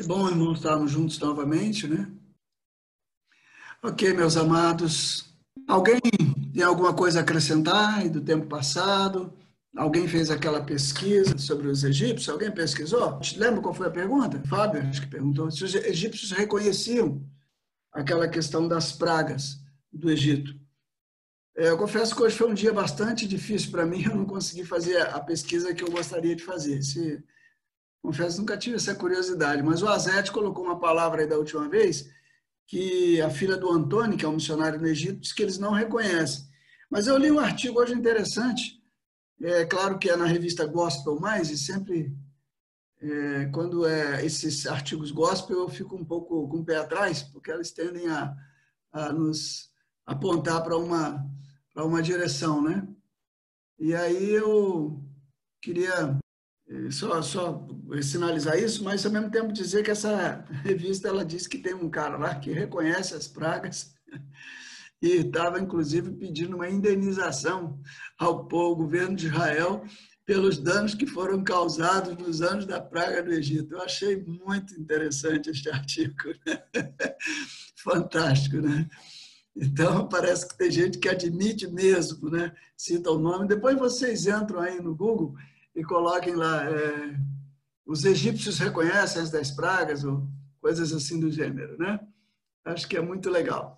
Que bom, irmãos, estarmos juntos novamente, né? Ok, meus amados. Alguém tem alguma coisa a acrescentar aí do tempo passado? Alguém fez aquela pesquisa sobre os egípcios? Alguém pesquisou? Lembra qual foi a pergunta? Fábio, acho que perguntou se os egípcios reconheciam aquela questão das pragas do Egito. Eu confesso que hoje foi um dia bastante difícil para mim, eu não consegui fazer a pesquisa que eu gostaria de fazer. Confesso, nunca tive essa curiosidade, mas o Azete colocou uma palavra aí da última vez, que a filha do Antônio, que é um missionário no Egito, diz que eles não reconhecem. Mas eu li um artigo hoje interessante, é claro que é na revista Gospel Mais, e sempre, quando é esses artigos gospel, eu fico um pouco com o pé atrás, porque elas tendem a nos apontar para uma direção, né? E aí eu queria só sinalizar isso, mas ao mesmo tempo dizer que essa revista ela diz que tem um cara lá que reconhece as pragas e estava inclusive pedindo uma indenização ao governo de Israel pelos danos que foram causados nos anos da praga do Egito. Eu achei muito interessante este artigo, né? Fantástico, né? Então, parece que tem gente que admite mesmo, né? Cita o nome. Depois vocês entram aí no Google e coloquem lá, os egípcios reconhecem as 10 pragas, ou coisas assim do gênero, né? Acho que é muito legal.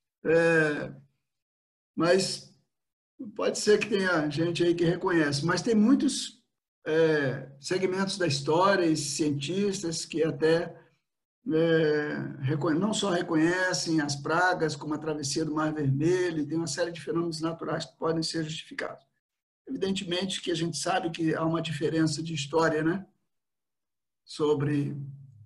Mas pode ser que tenha gente aí que reconhece, mas tem muitos segmentos da história e cientistas que até não só reconhecem as pragas, como a travessia do Mar Vermelho, e tem uma série de fenômenos naturais que podem ser justificados. Evidentemente que a gente sabe que há uma diferença de história, né? Sobre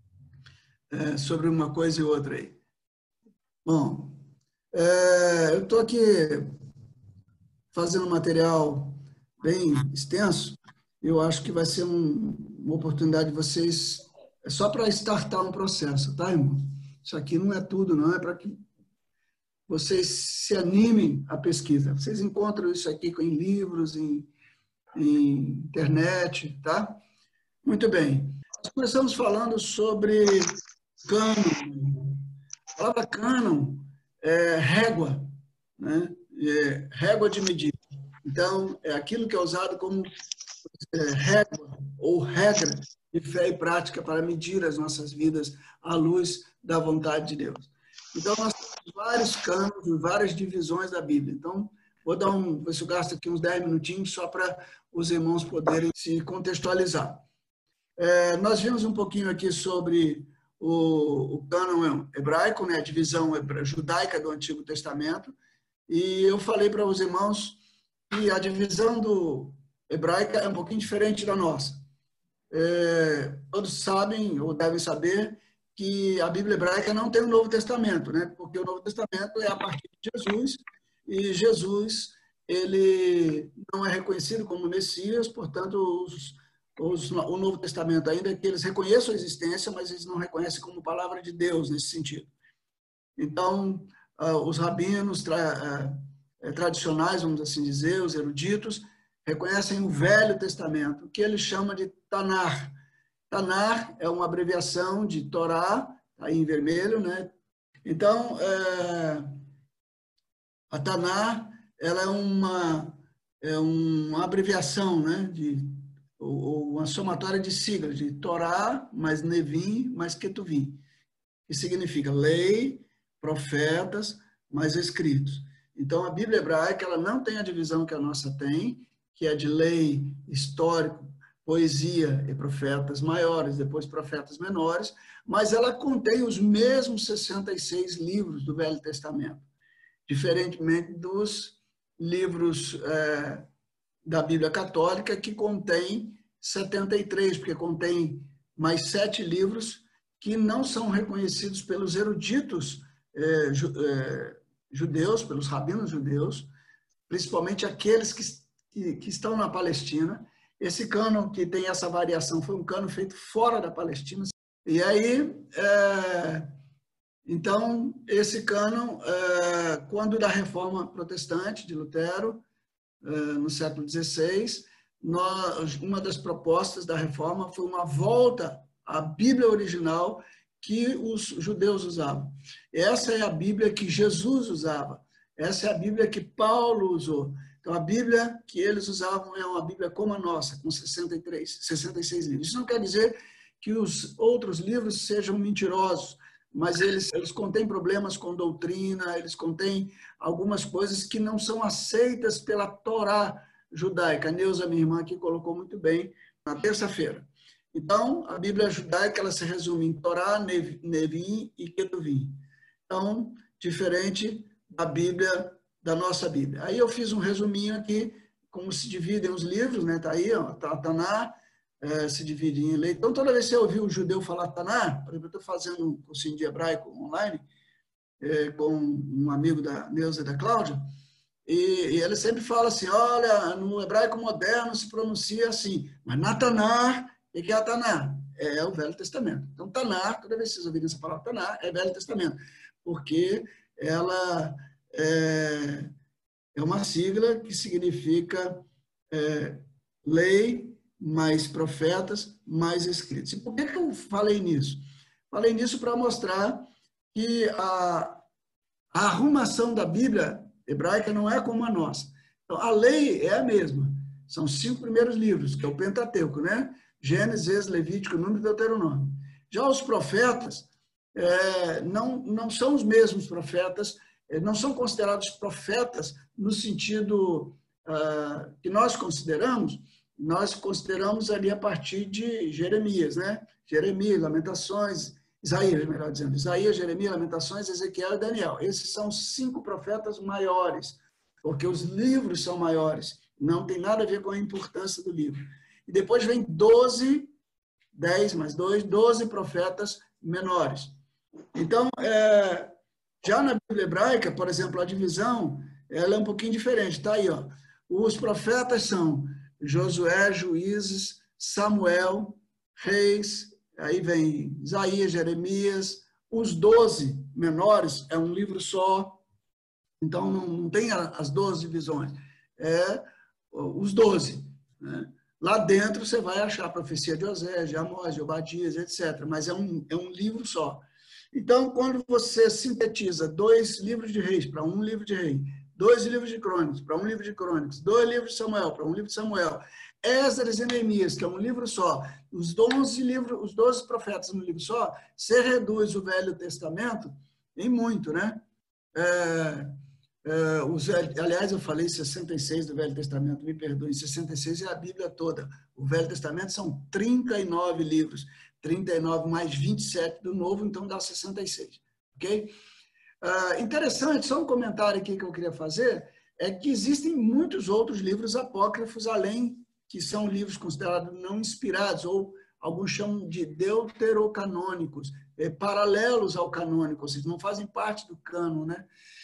uma coisa e outra aí. Bom, eu estou aqui fazendo um material bem extenso. Eu acho que vai ser uma oportunidade de vocês, só para startar um processo, tá, irmão? Isso aqui não é tudo, não, é para que vocês se animem à pesquisa. Vocês encontram isso aqui em livros, em internet, tá? Muito bem. Nós começamos falando sobre cânon. A palavra cânon é régua, né? Régua de medida. Então, é aquilo que é usado como régua ou regra de fé e prática para medir as nossas vidas à luz da vontade de Deus. Então, nós temos vários cânones e várias divisões da Bíblia. Então, vou ver se eu gasto aqui uns 10 minutinhos só para os irmãos poderem se contextualizar. Nós vimos um pouquinho aqui sobre o cânon hebraico, né, a divisão judaica do Antigo Testamento, e eu falei para os irmãos que a divisão hebraica é um pouquinho diferente da nossa. Todos sabem, ou devem saber, que a Bíblia hebraica não tem o Novo Testamento, né, porque o Novo Testamento é a partir de Jesus, e Jesus ele não é reconhecido como Messias, portanto, o Novo Testamento, ainda que eles reconheçam a existência, mas eles não reconhecem como palavra de Deus nesse sentido. Então, os rabinos tradicionais, vamos assim dizer, os eruditos, reconhecem o Velho Testamento, que ele chama de Tanar. Tanar é uma abreviação de Torá, aí em vermelho, né? Então, a Tanar, ela é uma abreviação, né? Ou uma somatória de siglas, de Torá, mais Nevim, mais Ketuvim, que significa lei, profetas, mais escritos. Então, a Bíblia hebraica ela não tem a divisão que a nossa tem, que é de lei, histórico, poesia e profetas maiores, depois profetas menores, mas ela contém os mesmos 66 livros do Velho Testamento, diferentemente dos livros da Bíblia Católica, que contém 73, porque contém mais 7 livros que não são reconhecidos pelos eruditos judeus, pelos rabinos judeus, principalmente aqueles que estão na Palestina. Esse cânon que tem essa variação foi um cânon feito fora da Palestina. E aí, então, esse cânon, quando da Reforma Protestante de Lutero, no século XVI, uma das propostas da Reforma foi uma volta a Bíblia original que os judeus usavam. Essa é a Bíblia que Jesus usava. Essa é a Bíblia que Paulo usou. Então, a Bíblia que eles usavam é uma Bíblia como a nossa, com 66 livros. Isso não quer dizer que os outros livros sejam mentirosos, mas eles contêm problemas com doutrina, eles contêm algumas coisas que não são aceitas pela Torá judaica. A Neuza, minha irmã, aqui colocou muito bem na terça-feira. Então, a Bíblia judaica ela se resume em Torá, Nevim e Ketuvim. Então, diferente da Bíblia, da nossa Bíblia. Aí eu fiz um resuminho aqui, como se dividem os livros, né? Está aí, ó, Taná, se divide em lei. Então, toda vez que você ouvir o judeu falar Taná, por exemplo, eu estou fazendo um cursinho de hebraico online, com um amigo da Neuza e da Cláudia, e ele sempre fala assim, olha, no hebraico moderno se pronuncia assim, mas na Taná, o que é a Taná? É o Velho Testamento. Então, Taná, toda vez que vocês ouvirem essa palavra Taná, é Velho Testamento, porque ela é uma sigla que significa lei, mais profetas, mais escritos. E por que eu falei nisso? Falei nisso para mostrar que a arrumação da Bíblia hebraica não é como a nossa. Então, a lei é a mesma. São os 5 primeiros livros, que é o Pentateuco, né? Gênesis, Levítico, Número e Deuteronômio. Já os profetas não são os mesmos profetas, não são considerados profetas no sentido que nós consideramos ali a partir de Jeremias, né? Jeremias, Lamentações, Isaías, melhor dizendo, Isaías, Jeremias, Lamentações, Ezequiel e Daniel. Esses são 5 profetas maiores, porque os livros são maiores, não tem nada a ver com a importância do livro. E depois vem 12, 10 mais 2, 12 profetas menores. Então, já na Bíblia hebraica, por exemplo, a divisão ela é um pouquinho diferente. Está aí, ó. Os profetas são Josué, Juízes, Samuel, Reis, aí vem Isaías, Jeremias. Os 12 menores é um livro só, então não tem as 12 divisões. Os 12. Né? Lá dentro você vai achar a profecia de Osés, de Amós, de Obadias, etc. Mas é um livro só. Então, quando você sintetiza 2 livros de Reis para um livro de Rei, 2 livros de Crônicas para um livro de Crônicas, 2 livros de Samuel para um livro de Samuel, Esdras e Neemias, que é um livro só, os 12 profetas no livro só, você reduz o Velho Testamento em muito, né? Aliás, eu falei 66 do Velho Testamento, me perdoem, 66 é a Bíblia toda. O Velho Testamento são 39 livros, 39 mais 27 do Novo, então dá 66, ok? Interessante, só um comentário aqui que eu queria fazer, é que existem muitos outros livros apócrifos, além que são livros considerados não inspirados, ou alguns chamam de deuterocanônicos, paralelos ao canônico, ou seja, não fazem parte do cânon, né?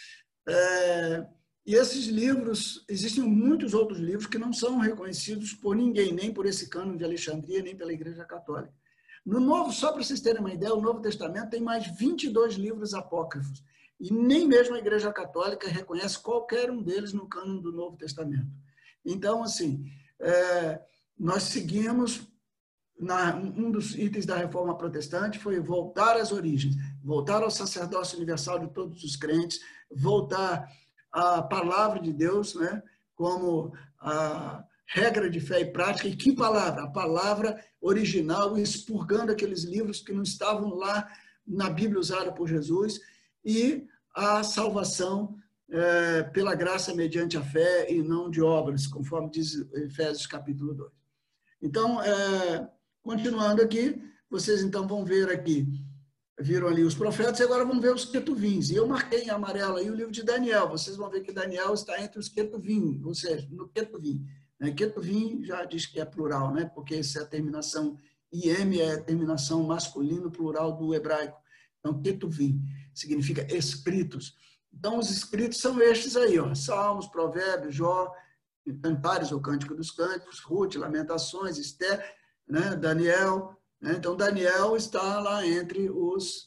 E esses livros, existem muitos outros livros que não são reconhecidos por ninguém, nem por esse cânon de Alexandria, nem pela Igreja Católica. No Novo, só para vocês terem uma ideia, o Novo Testamento tem mais 22 livros apócrifos, e nem mesmo a Igreja Católica reconhece qualquer um deles no cânon do Novo Testamento. Então, assim, nós seguimos, um dos itens da Reforma Protestante foi voltar às origens, voltar ao sacerdócio universal de todos os crentes, voltar à palavra de Deus, né, como a regra de fé e prática. E que palavra? A palavra original, expurgando aqueles livros que não estavam lá na Bíblia usada por Jesus, e a salvação pela graça mediante a fé e não de obras, conforme diz Efésios capítulo 2. Então, continuando aqui, vocês então vão ver aqui, viram ali os profetas, e agora vão ver os quetuvins. E eu marquei em amarelo aí o livro de Daniel. Vocês vão ver que Daniel está entre os quetuvim, ou seja, no quetuvim. Quetuvim já diz que é plural, né? Porque essa é a terminação, IM é a terminação masculino plural do hebraico. Então, quetuvim significa escritos. Então, os escritos são estes aí, ó, Salmos, Provérbios, Jó, Cantares, ou Cântico dos Cânticos, Ruth, Lamentações, Esther, né? Daniel. Né? Então, Daniel está lá entre os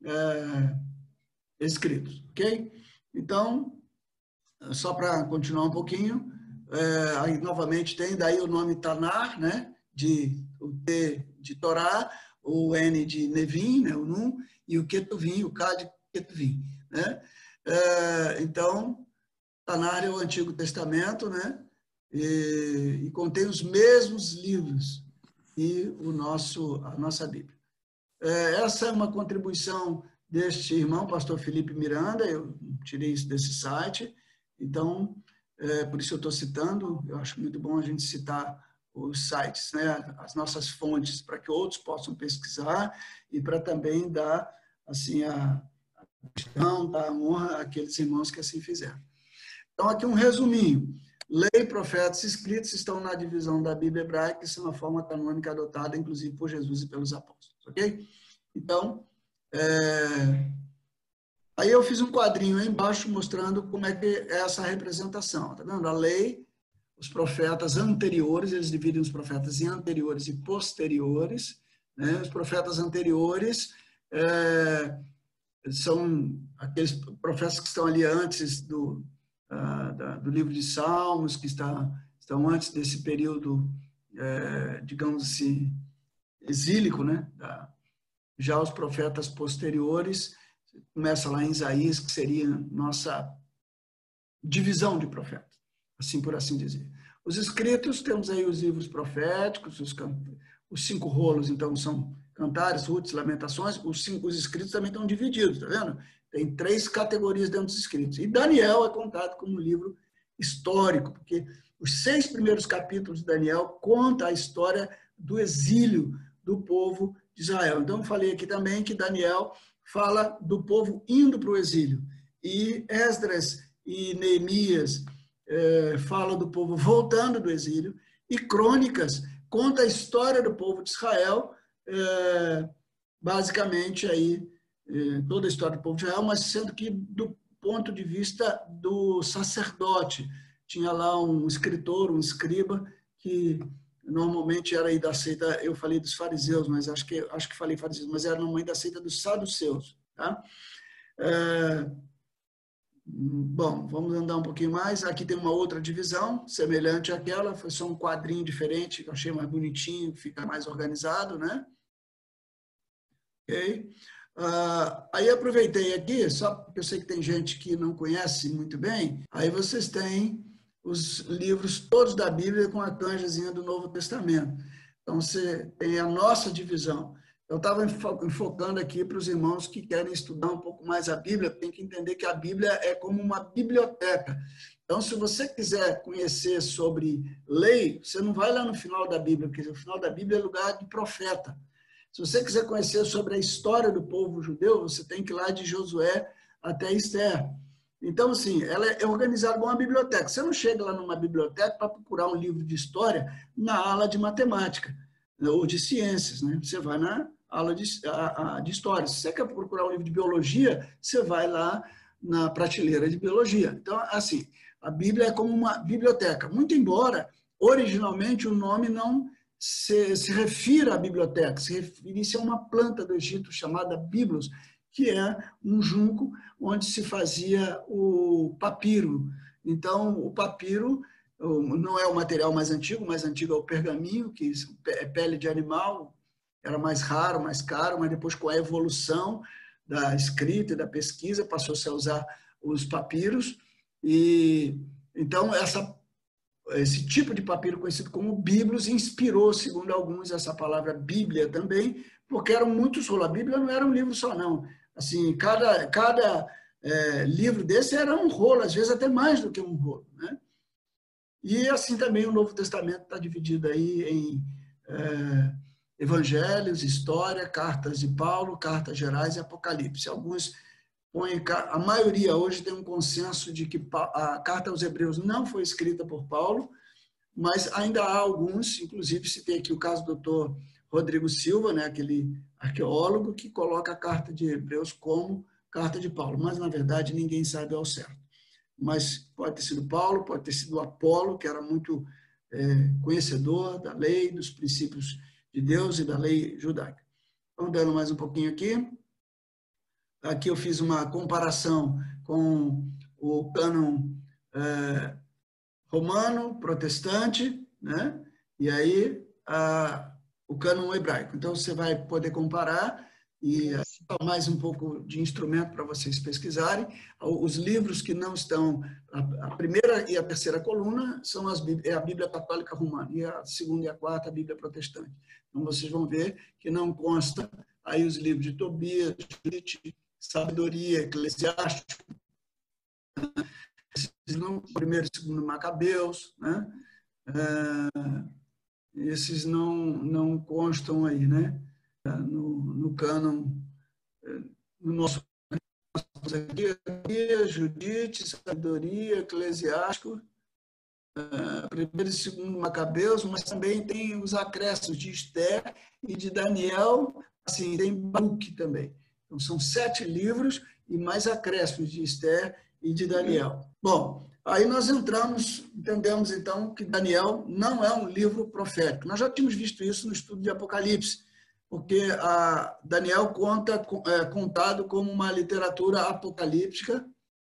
escritos, ok? Então, só para continuar um pouquinho, aí novamente tem daí o nome Tanar, né? de Torá, o N de Nevim, né, o Nun, e o Ketuvim, o K de Ketuvim, né? Então, Tanar é o Antigo Testamento, né? E contém os mesmos livros e a nossa Bíblia. Essa é uma contribuição deste irmão, pastor Felipe Miranda, eu tirei isso desse site, então, por isso eu estou citando, eu acho muito bom a gente citar os sites, né, as nossas fontes, para que outros possam pesquisar e para também dar, assim, a honra àqueles irmãos que assim fizeram. Então, aqui um resuminho. Lei, profetas, escritos estão na divisão da Bíblia hebraica, que são a forma canônica adotada, inclusive, por Jesus e pelos apóstolos, ok? Então, aí eu fiz um quadrinho aí embaixo mostrando como é que é essa representação, tá vendo? A lei, os profetas anteriores, eles dividem os profetas em anteriores e posteriores, né? Os profetas anteriores são aqueles profetas que estão ali antes do livro de Salmos, que estão antes desse período, digamos assim, exílico, né? Já os profetas posteriores, começa lá em Isaías, que seria nossa divisão de profetas, assim por assim dizer. Os escritos, temos aí os livros proféticos, os 5 rolos, então, são Cantares, Ruth, Lamentações. Os escritos também estão divididos, tá vendo? Tem 3 categorias dentro dos escritos. E Daniel é contado como um livro histórico, porque os 6 primeiros capítulos de Daniel contam a história do exílio do povo de Israel. Então, eu falei aqui também que Daniel fala do povo indo para o exílio. E Esdras e Neemias fala do povo voltando do exílio. E Crônicas conta a história do povo de Israel, basicamente aí toda a história do povo de Israel, mas sendo que do ponto de vista do sacerdote. Tinha lá um escritor, um escriba, que normalmente era aí da seita, eu falei dos fariseus, mas acho que falei fariseus, mas era normalmente da seita dos saduceus, tá? Bom, vamos andar um pouquinho mais. Aqui tem uma outra divisão, semelhante àquela, foi só um quadrinho diferente, que eu achei mais bonitinho, fica mais organizado, né? Ok? Aí aproveitei aqui, só porque eu sei que tem gente que não conhece muito bem, aí vocês têm os livros todos da Bíblia com a canjazinha do Novo Testamento. Então, você tem a nossa divisão. Eu estava enfocando aqui para os irmãos que querem estudar um pouco mais a Bíblia, tem que entender que a Bíblia é como uma biblioteca. Então, se você quiser conhecer sobre lei, você não vai lá no final da Bíblia, porque o final da Bíblia é lugar de profeta. Se você quiser conhecer sobre a história do povo judeu, você tem que ir lá de Josué até Esther. Então, assim, ela é organizada como uma biblioteca. Você não chega lá numa biblioteca para procurar um livro de história na ala de matemática ou de ciências, né? Você vai na aula de história. Se você quer procurar um livro de biologia, você vai lá na prateleira de biologia. Então, assim, a Bíblia é como uma biblioteca. Muito embora, originalmente, o nome não se refira à biblioteca, se referisse a uma planta do Egito chamada biblos, que é um junco onde se fazia o papiro. Então, o papiro não é o material mais antigo é o pergaminho, que é pele de animal, era mais raro, mais caro, mas depois, com a evolução da escrita e da pesquisa, passou-se a usar os papiros. E então, esse tipo de papiro conhecido como biblos inspirou, segundo alguns, essa palavra Bíblia também, porque eram muitos rolos. A Bíblia não era um livro só, não. Assim, cada livro desse era um rolo, às vezes até mais do que um rolo, né? E assim também o Novo Testamento está dividido aí em evangelhos, história, cartas de Paulo, cartas gerais e Apocalipse. Alguns põem, a maioria hoje tem um consenso de que a carta aos Hebreus não foi escrita por Paulo, mas ainda há alguns, inclusive citei aqui o caso do Dr. Rodrigo Silva, né, aquele arqueólogo que coloca a carta de Hebreus como carta de Paulo, mas na verdade ninguém sabe ao certo. Mas pode ter sido Paulo, pode ter sido Apolo, que era muito conhecedor da lei, dos princípios de Deus e da lei judaica. Vamos dando mais um pouquinho aqui. Aqui eu fiz uma comparação com o cânon romano, protestante, né? E aí o cânon hebraico. Então, você vai poder comparar e mais um pouco de instrumento para vocês pesquisarem. Os livros que não estão, a primeira e a terceira coluna são é a Bíblia Católica Romana, e a segunda e a quarta a Bíblia Protestante. Então, vocês vão ver que não consta aí os livros de Tobias, Judite, Sabedoria, Eclesiástico, não, primeiro e segundo Macabeus, né? Esses não constam aí, né? No cânon, no nosso aqui, Judite, Sabedoria, Eclesiástico, primeiro e segundo Macabeus, mas também tem os acréscimos de Esther e de Daniel, assim, tem Baruque também. Então, são 7 livros e mais acréscimos de Esther e de Daniel. Bom, aí nós entendemos então que Daniel não é um livro profético. Nós já tínhamos visto isso no estudo de Apocalipse, porque Daniel contado como uma literatura apocalíptica,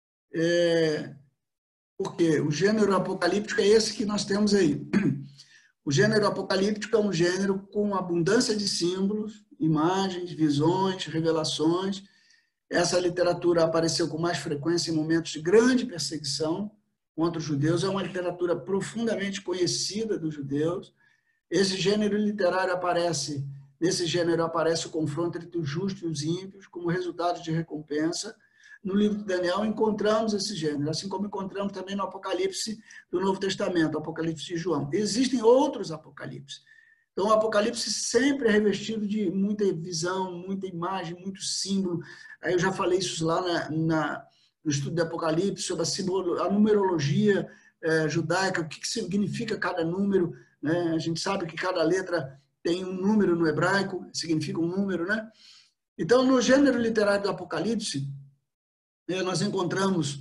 porque o gênero apocalíptico é esse que nós temos aí. O gênero apocalíptico é um gênero com abundância de símbolos, imagens, visões, revelações. Essa literatura apareceu com mais frequência em momentos de grande perseguição contra os judeus. É uma literatura profundamente conhecida dos judeus. Nesse gênero aparece o confronto entre os justos e os ímpios como resultado de recompensa. No livro de Daniel encontramos esse gênero, assim como encontramos também no Apocalipse do Novo Testamento, Apocalipse de João. Existem outros Apocalipses. Então, o Apocalipse sempre é revestido de muita visão, muita imagem, muito símbolo. Aí eu já falei isso lá no estudo do Apocalipse, sobre a numerologia judaica, o que significa cada número, né? A gente sabe que cada letra tem um número no hebraico, significa um número, né? Então, no gênero literário do Apocalipse, nós encontramos,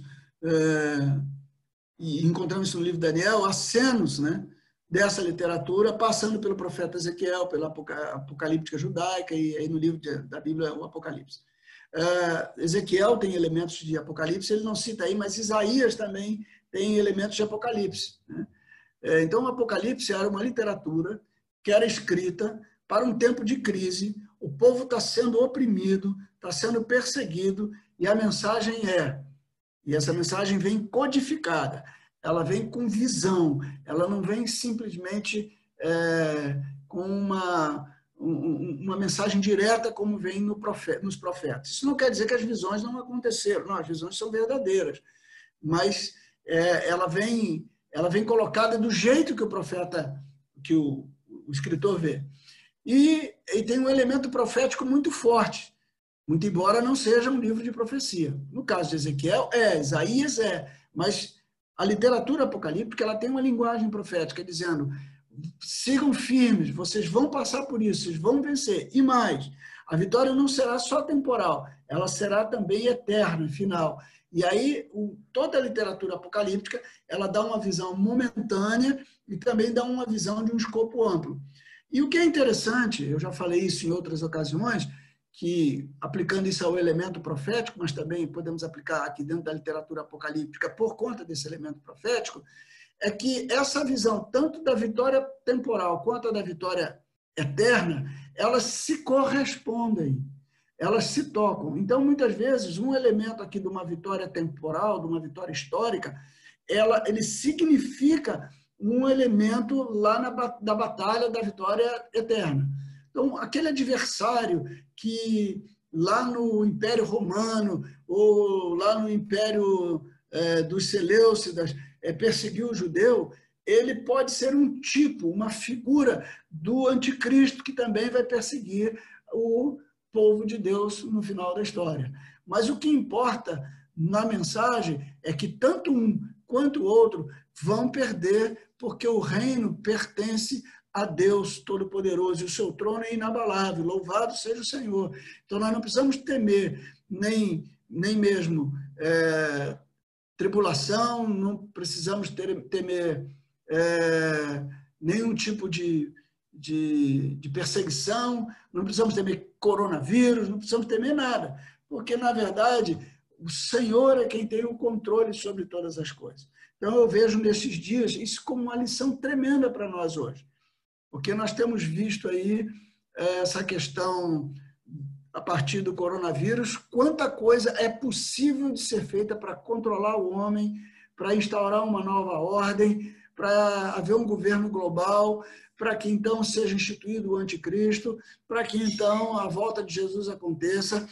e encontramos isso no livro de Daniel, acenos, né, dessa literatura, passando pelo profeta Ezequiel, pela apocalíptica judaica, e aí no livro da Bíblia, o Apocalipse. Ezequiel tem elementos de Apocalipse, ele não cita aí, mas Isaías também tem elementos de Apocalipse, né? Então, o Apocalipse era uma literatura que era escrita para um tempo de crise, o povo está sendo oprimido, está sendo perseguido, e a mensagem e essa mensagem vem codificada, ela vem com visão, ela não vem simplesmente com uma mensagem direta como vem nos profetas. Isso não quer dizer que as visões não aconteceram, não, as visões são verdadeiras, mas ela vem colocada do jeito que o profeta, que o escritor vê. E tem um elemento profético muito forte, muito embora não seja um livro de profecia. No caso de Ezequiel, Isaías mas a literatura apocalíptica ela tem uma linguagem profética, dizendo, sigam firmes, vocês vão passar por isso, vocês vão vencer. E mais, a vitória não será só temporal, ela será também eterna, final. E aí, toda a literatura apocalíptica, ela dá uma visão momentânea e também dá uma visão de um escopo amplo. E o que é interessante, eu já falei isso em outras ocasiões, que aplicando isso ao elemento profético, mas também podemos aplicar aqui dentro da literatura apocalíptica por conta desse elemento profético, é que essa visão, tanto da vitória temporal quanto da vitória eterna, elas se correspondem, elas se tocam. Então, muitas vezes, um elemento aqui de uma vitória temporal, de uma vitória histórica, ele significa um elemento lá da batalha da vitória eterna. Então, aquele adversário que lá no Império Romano ou lá no Império dos Seleucidas perseguiu o judeu, ele pode ser um tipo, uma figura do anticristo que também vai perseguir o povo de Deus no final da história. Mas o que importa na mensagem é que tanto um quanto o outro vão perder, porque o reino pertence a Deus Todo-Poderoso, e o seu trono é inabalável, louvado seja o Senhor. Então, nós não precisamos temer nem mesmo tribulação, não precisamos temer nenhum tipo de perseguição, não precisamos temer coronavírus, não precisamos temer nada, porque, na verdade, o Senhor é quem tem o controle sobre todas as coisas. Então, eu vejo nesses dias isso como uma lição tremenda para nós hoje. porque nós temos visto aí essa questão, a partir do coronavírus, quanta coisa é possível de ser feita para controlar o homem, para instaurar uma nova ordem, para haver um governo global, para que então seja instituído o anticristo, para que então a volta de Jesus aconteça.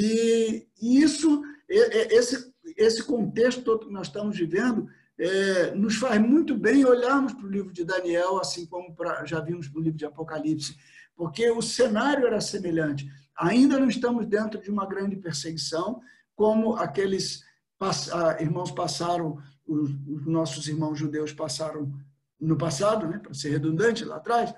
E isso, esse contexto todo que nós estamos vivendo, nos faz muito bem olharmos para o livro de Daniel, assim como já vimos no livro de Apocalipse, porque o cenário era semelhante. Ainda não estamos dentro de uma grande perseguição, como aqueles irmãos passaram, os nossos irmãos judeus passaram no passado, né, para ser redundante, lá atrás,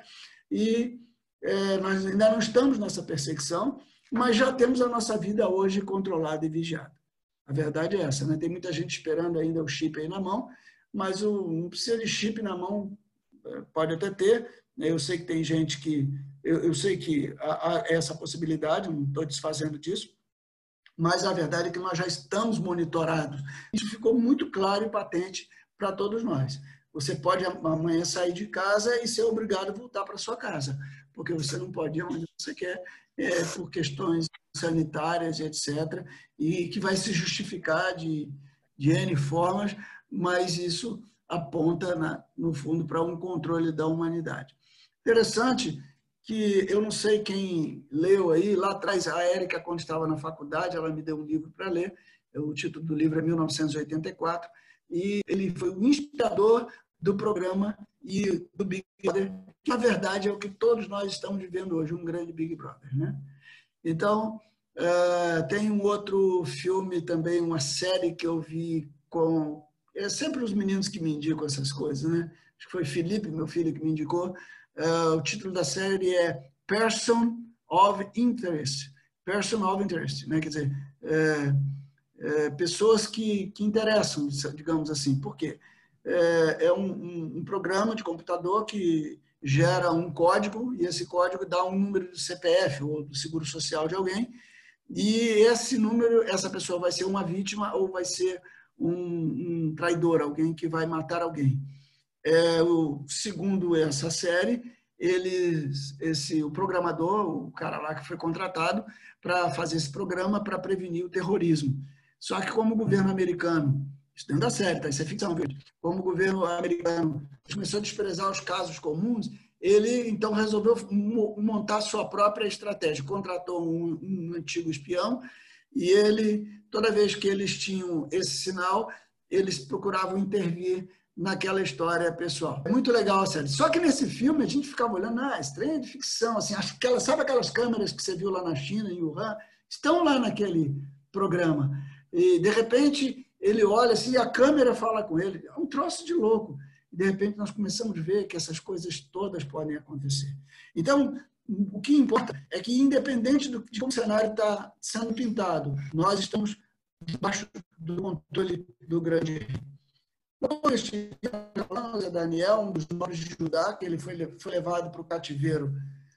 e nós ainda não estamos nessa perseguição, mas já temos a nossa vida hoje controlada e vigiada. A verdade é essa, né? Tem muita gente esperando ainda o chip aí na mão, mas não precisa de chip na mão, pode até ter, né? Eu sei que tem gente que... Eu sei que há essa possibilidade, não estou desfazendo disso, mas a verdade é que nós já estamos monitorados. Isso ficou muito claro e patente para todos nós. Você pode amanhã sair de casa e ser obrigado a voltar para sua casa, porque você não pode ir onde você quer, por questões sanitárias, etc., e que vai se justificar de N formas, mas isso aponta, no fundo, para um controle da humanidade. Interessante que eu não sei quem leu aí, lá atrás, a Érica, quando estava na faculdade, ela me deu um livro para ler, o título do livro é 1984, e ele foi o inspirador do programa e do Big Brother, que na verdade é o que todos nós estamos vivendo hoje, um grande Big Brother, né? Então, tem um outro filme também, uma série que eu vi com... É sempre os meninos que me indicam essas coisas, né? Acho que foi Felipe, meu filho, que me indicou. O título da série é Person of Interest. Person of Interest, né? Quer dizer, pessoas que interessam, digamos assim. Por quê? É um programa de computador que gera um código e esse código dá um número do CPF ou do seguro social de alguém, e esse número, essa pessoa vai ser uma vítima ou vai ser um traidor, alguém que vai matar alguém. Segundo essa série, o programador, o cara lá que foi contratado para fazer esse programa para prevenir o terrorismo. Só que como o governo americano, isso dentro da série, tá? Isso é ficção, viu? Como o governo americano começou a desprezar os casos comuns, ele então resolveu montar sua própria estratégia. Contratou um antigo espião e toda vez que eles tinham esse sinal, eles procuravam intervir naquela história pessoal. É muito legal a série. Só que nesse filme a gente ficava olhando, estranho de ficção, assim, sabe aquelas câmeras que você viu lá na China, em Wuhan? Estão lá naquele programa. E, de repente, ele olha assim, e a câmera fala com ele. É um troço de louco. E, de repente, nós começamos a ver que essas coisas todas podem acontecer. Então, o que importa é que, independente de como o cenário está sendo pintado, nós estamos debaixo do controle do grande rei. Falamos a Daniel, um dos nobres de Judá, que ele foi levado para o cativeiro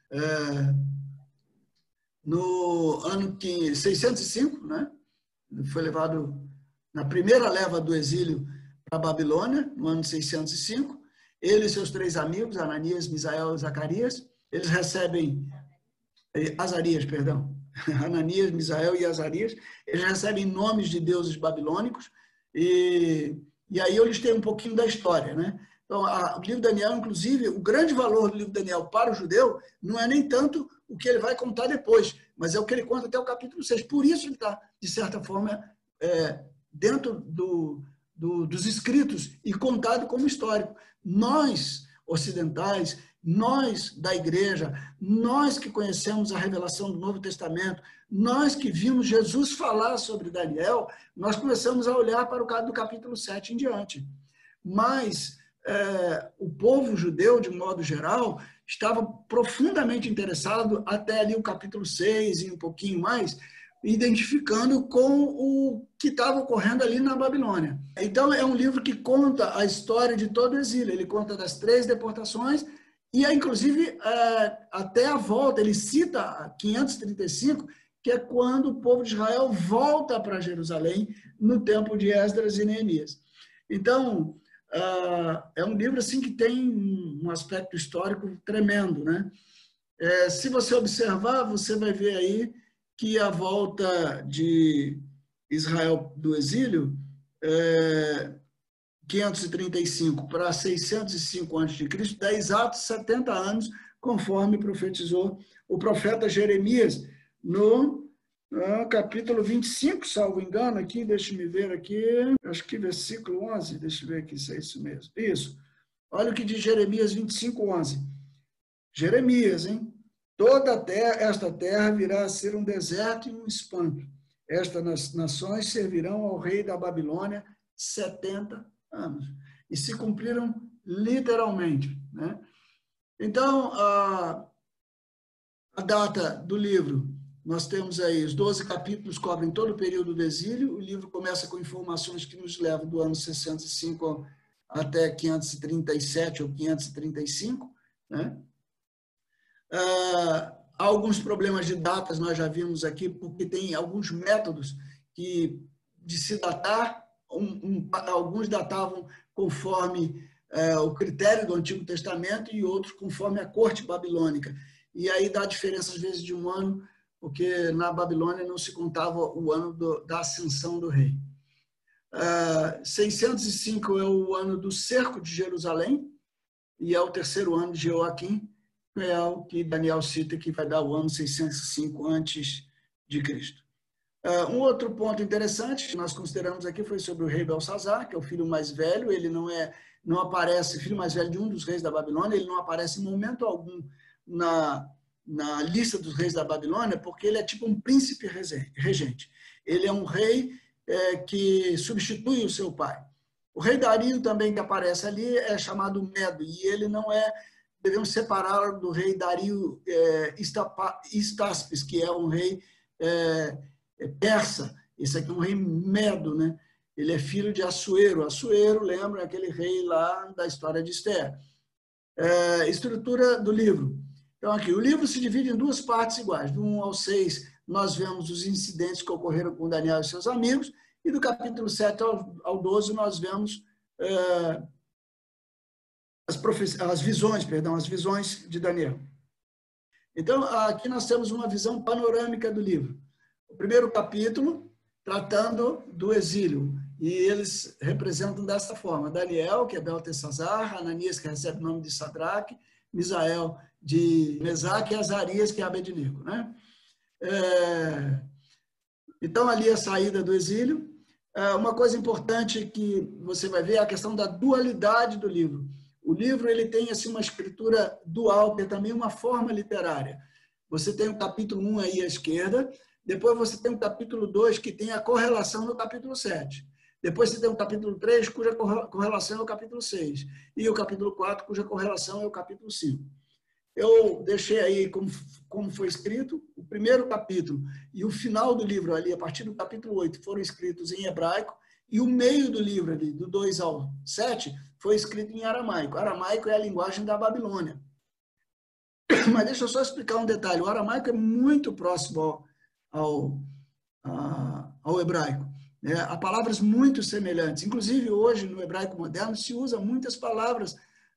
no ano 605, né? Ele foi levado na primeira leva do exílio para a Babilônia, no ano 605. Ele e seus 3 amigos, Ananias, Misael e Zacarias, eles recebem... Azarias, perdão. Ananias, Misael e Azarias, eles recebem nomes de deuses babilônicos e aí eu listei um pouquinho da história, né? Então, o livro de Daniel, inclusive, o grande valor do livro de Daniel para o judeu não é nem tanto o que ele vai contar depois, mas é o que ele conta até o capítulo 6. Por isso ele está, de certa forma, dentro dos escritos e contado como histórico. Nós, ocidentais, nós da igreja, nós que conhecemos a revelação do Novo Testamento, nós que vimos Jesus falar sobre Daniel, nós começamos a olhar para o caso do capítulo 7 em diante. Mas o povo judeu, de modo geral, estava profundamente interessado até ali o capítulo 6 e um pouquinho mais, identificando com o que estava ocorrendo ali na Babilônia. Então, é um livro que conta a história de todo o exílio. Ele conta das 3 deportações e, inclusive, até a volta. Ele cita 535, que é quando o povo de Israel volta para Jerusalém no tempo de Esdras e Neemias. Então, é um livro assim que tem um aspecto histórico tremendo, né? Se você observar, você vai ver aí que a volta de Israel do exílio, 535 para 605 a.C., dá exatos 70 anos, conforme profetizou o profeta Jeremias, no capítulo 25, salvo engano, aqui, deixa-me ver aqui, acho que versículo 11, deixa eu ver aqui se é isso mesmo. Isso. Olha o que diz Jeremias 25, 11. Jeremias, hein? Esta terra virá a ser um deserto e um espanto. Estas nações servirão ao rei da Babilônia 70 anos. E se cumpriram literalmente, né? Então, a data do livro, nós temos aí os 12 capítulos, cobrem todo o período do exílio. O livro começa com informações que nos levam do ano 605 até 537 ou 535, né? Há alguns problemas de datas, nós já vimos aqui, porque tem alguns métodos de se datar, alguns datavam conforme o critério do Antigo Testamento e outros conforme a corte babilônica. E aí dá diferença, às vezes, de um ano, porque na Babilônia não se contava o ano da ascensão do rei. 605 é o ano do cerco de Jerusalém, e é o terceiro ano de Joaquim, é o que Daniel cita, que vai dar o ano 605 antes de Cristo. Um outro ponto interessante que nós consideramos aqui foi sobre o rei Belsazar, que é o filho mais velho. Ele não aparece, filho mais velho de um dos reis da Babilônia, ele não aparece em momento algum na lista dos reis da Babilônia, porque ele é tipo um príncipe regente. Ele é um rei que substitui o seu pai. O rei Dario também, que aparece ali, é chamado Medo, e ele não é, devemos separá-lo do rei Dario Histaspes, que é um rei persa. Esse aqui é um rei Medo, né? Ele é filho de Assuero. Assuero, lembra, aquele rei lá da história de Esther. Estrutura do livro. Então, aqui, o livro se divide em duas partes iguais. Do 1 ao 6, nós vemos os incidentes que ocorreram com Daniel e seus amigos, e do capítulo 7 ao 12, nós vemos as visões de Daniel. Então, aqui nós temos uma visão panorâmica do livro. O primeiro capítulo, tratando do exílio, e eles representam dessa forma: Daniel, que é Beltesazar, Ananias, que recebe o nome de Sadraque, Misael, de Mesaque, e Azarias, que é Abednego, né? Então, ali a saída do exílio. Uma coisa importante que você vai ver é a questão da dualidade do livro. O livro ele tem assim, uma escritura dual, que é também uma forma literária. Você tem o capítulo 1 aí à esquerda, depois você tem o capítulo 2, que tem a correlação no capítulo 7. Depois você tem o capítulo 3, cuja correlação é o capítulo 6. E o capítulo 4, cuja correlação é o capítulo 5. Eu deixei aí como foi escrito, o primeiro capítulo e o final do livro ali, a partir do capítulo 8, foram escritos em hebraico, e o meio do livro ali, do 2 ao 7, foi escrito em aramaico. Aramaico é a linguagem da Babilônia. Mas deixa eu só explicar um detalhe. O aramaico é muito próximo ao hebraico. Há palavras muito semelhantes. Inclusive, hoje, no hebraico moderno, se usa muitas palavras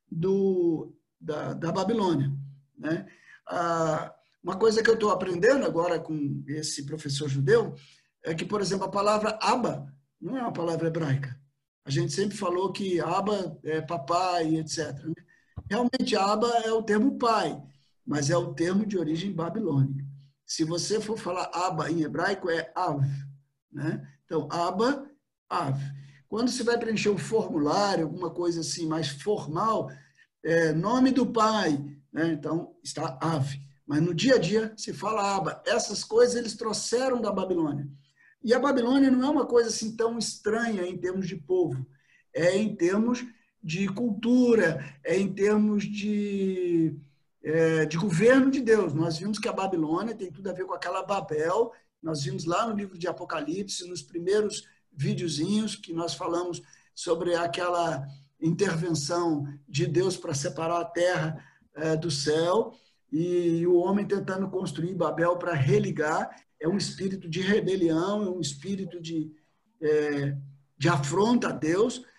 da Babilônia, né? Uma coisa que eu estou aprendendo agora com esse professor judeu é que, por exemplo, a palavra Abba não é uma palavra hebraica. A gente sempre falou que Abba é papai, etc. Realmente, Abba é o termo pai, mas é o termo de origem babilônica. Se você for falar Abba em hebraico, é Av, né? Então, Abba, Av. Quando você vai preencher um formulário, alguma coisa assim mais formal, nome do pai, né? Então está Ave. Mas no dia a dia se fala Abba. Essas coisas eles trouxeram da Babilônia. E a Babilônia não é uma coisa assim tão estranha em termos de povo. É em termos de cultura, é em termos de governo de Deus. Nós vimos que a Babilônia tem tudo a ver com aquela Babel. Nós vimos lá no livro de Apocalipse, nos primeiros videozinhos que nós falamos sobre aquela intervenção de Deus para separar a terra do céu, e o homem tentando construir Babel para religar. É um espírito de rebelião, é um espírito de afronta a Deus,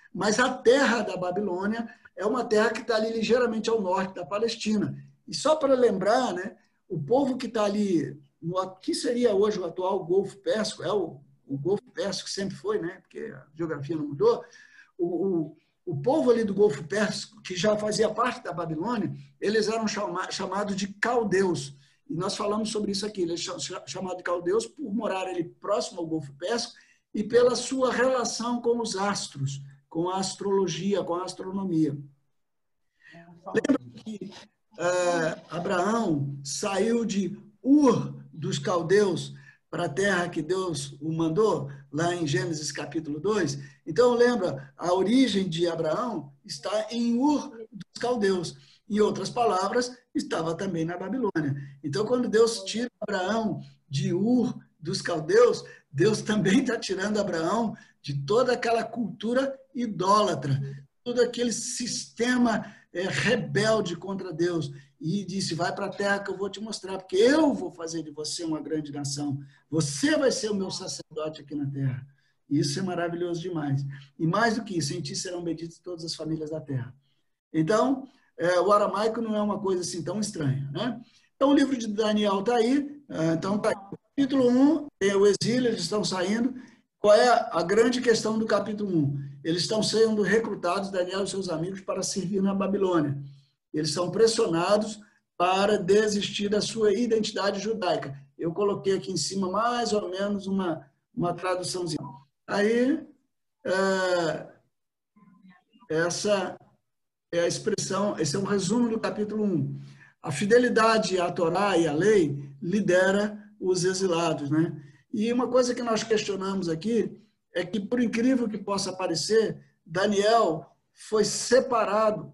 Mas a terra da Babilônia é uma terra que está ali ligeiramente ao norte da Palestina. E só para lembrar, né, o povo que está ali, no que seria hoje o atual Golfo Pérsico, o Golfo Pérsico sempre foi, né, porque a geografia não mudou, o povo ali do Golfo Pérsico, que já fazia parte da Babilônia, eles eram chamados de caldeus. E nós falamos sobre isso aqui. Eles são chamados de caldeus por morar ali próximo ao Golfo Pérsico e pela sua relação com os astros, com a astrologia, com a astronomia. Lembra que Abraão saiu de Ur dos caldeus para a terra que Deus o mandou, lá em Gênesis capítulo 2? Então, lembra, a origem de Abraão está em Ur dos caldeus. Em outras palavras, estava também na Babilônia. Então, quando Deus tira Abraão de Ur dos caldeus, Deus também está tirando Abraão de toda aquela cultura idólatra, todo aquele sistema rebelde contra Deus. E disse, vai para a terra que eu vou te mostrar, porque eu vou fazer de você uma grande nação. Você vai ser o meu sacerdote aqui na terra. E isso é maravilhoso demais. E mais do que isso, em ti serão benditas todas as famílias da terra. Então, o aramaico não é uma coisa assim tão estranha, né? Então, o livro de Daniel está aí. Então, tá aí. Capítulo 1, tem o exílio, eles estão saindo. Qual é a grande questão do capítulo 1? Eles estão sendo recrutados, Daniel e seus amigos, para servir na Babilônia. Eles são pressionados para desistir da sua identidade judaica. Eu coloquei aqui em cima mais ou menos uma traduçãozinha. Aí, essa é a expressão, esse é um resumo do capítulo 1. A fidelidade à Torá e à lei lidera os exilados, né? E uma coisa que nós questionamos aqui é que, por incrível que possa parecer, Daniel foi separado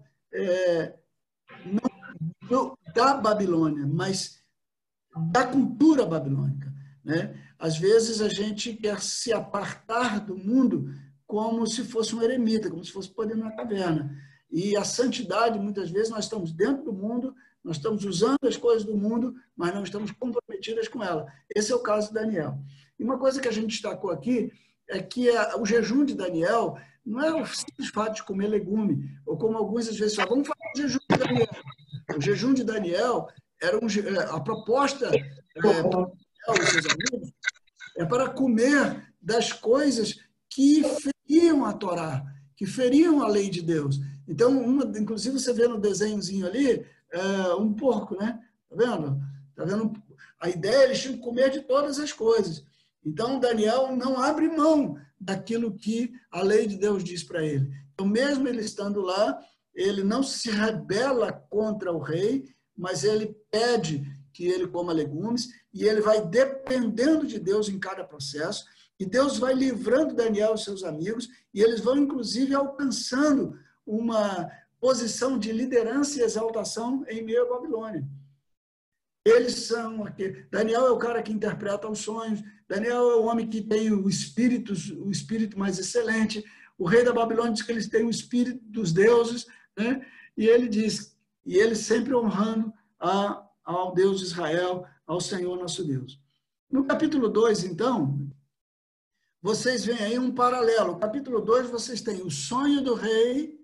não da Babilônia, mas da cultura babilônica, né? Às vezes a gente quer se apartar do mundo como se fosse um eremita, como se fosse poder na caverna. E a santidade, muitas vezes, nós estamos dentro do mundo, nós estamos usando as coisas do mundo, mas não estamos comprometidas com ela. Esse é o caso de Daniel. E uma coisa que a gente destacou aqui é que o jejum de Daniel não é o simples fato de comer legume, ou como alguns às vezes falam, vamos falar do jejum de Daniel. O jejum de Daniel era a proposta para os seus amigos é para comer das coisas que feriam a Torá, que feriam a lei de Deus. Então, inclusive, você vê no desenhozinho ali, um porco, né? Tá vendo? Tá vendo? A ideia, eles tinham que comer de todas as coisas. Então, Daniel não abre mão daquilo que a lei de Deus diz para ele. Então, mesmo ele estando lá, ele não se rebela contra o rei, mas ele pede que ele coma legumes e ele vai dependendo de Deus em cada processo. E Deus vai livrando Daniel e seus amigos, e eles vão, inclusive, alcançando uma posição de liderança e exaltação em meio à Babilônia. Eles são... Daniel é o cara que interpreta os sonhos, Daniel é o homem que tem o espírito mais excelente, o rei da Babilônia diz que eles têm o espírito dos deuses, né? E ele diz, e ele sempre honrando ao Deus de Israel, ao Senhor nosso Deus. No capítulo 2, então, vocês veem aí um paralelo. No capítulo 2, vocês têm o sonho do rei.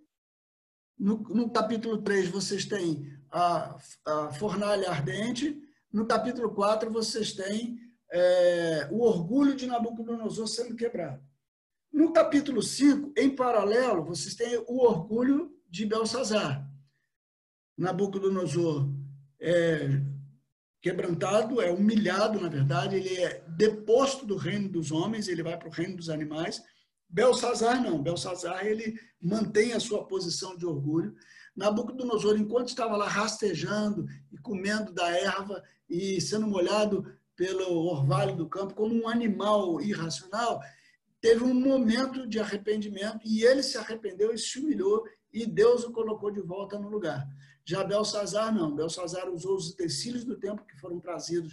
No capítulo 3, vocês têm a fornalha ardente. No capítulo 4, vocês têm o orgulho de Nabucodonosor sendo quebrado. No capítulo 5, em paralelo, vocês têm o orgulho de Belsazar. Nabucodonosor é quebrantado, é humilhado, na verdade, ele é deposto do reino dos homens, ele vai para o reino dos animais. Belsazar não, Belsazar ele mantém a sua posição de orgulho. Nabucodonosor, enquanto estava lá rastejando e comendo da erva e sendo molhado pelo orvalho do campo como um animal irracional, teve um momento de arrependimento e ele se arrependeu e se humilhou e Deus o colocou de volta no lugar. Já Belsazar não, Belsazar usou os utensílios do templo que foram trazidos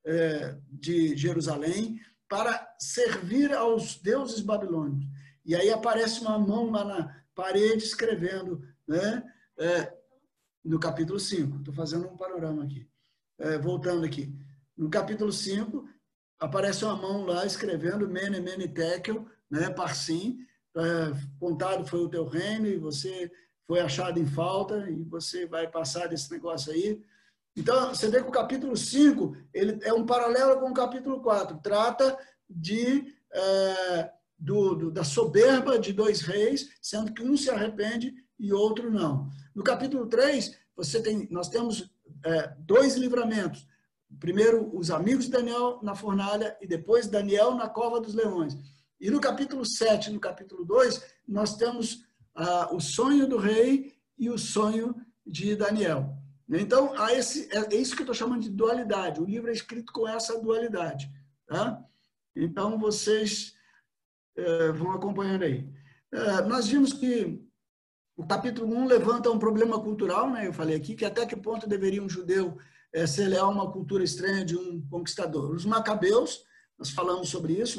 de Jerusalém para servir aos deuses babilônicos. E aí aparece uma mão lá na parede escrevendo, né? No capítulo 5, estou fazendo um panorama aqui, voltando aqui. No capítulo 5, aparece uma mão lá escrevendo Mene, Mene, Tekel, né? Parsim, contado foi o teu reino e você foi achado em falta e você vai passar desse negócio aí. Então, você vê que o capítulo 5 ele é um paralelo com o capítulo 4. Trata da soberba de 2 reis, sendo que um se arrepende e outro não. No capítulo 3, nós temos 2 livramentos. Primeiro, os amigos de Daniel na fornalha e depois Daniel na cova dos leões. E no capítulo 7, no capítulo 2, nós temos o sonho do rei e o sonho de Daniel. Então, é isso que eu estou chamando de dualidade. O livro é escrito com essa dualidade. Tá? Então, vocês vão acompanhando aí. Nós vimos que o capítulo 1 levanta um problema cultural, né? Eu falei aqui que até que ponto deveria um judeu ser leal a uma cultura estranha de um conquistador. Os macabeus, nós falamos sobre isso,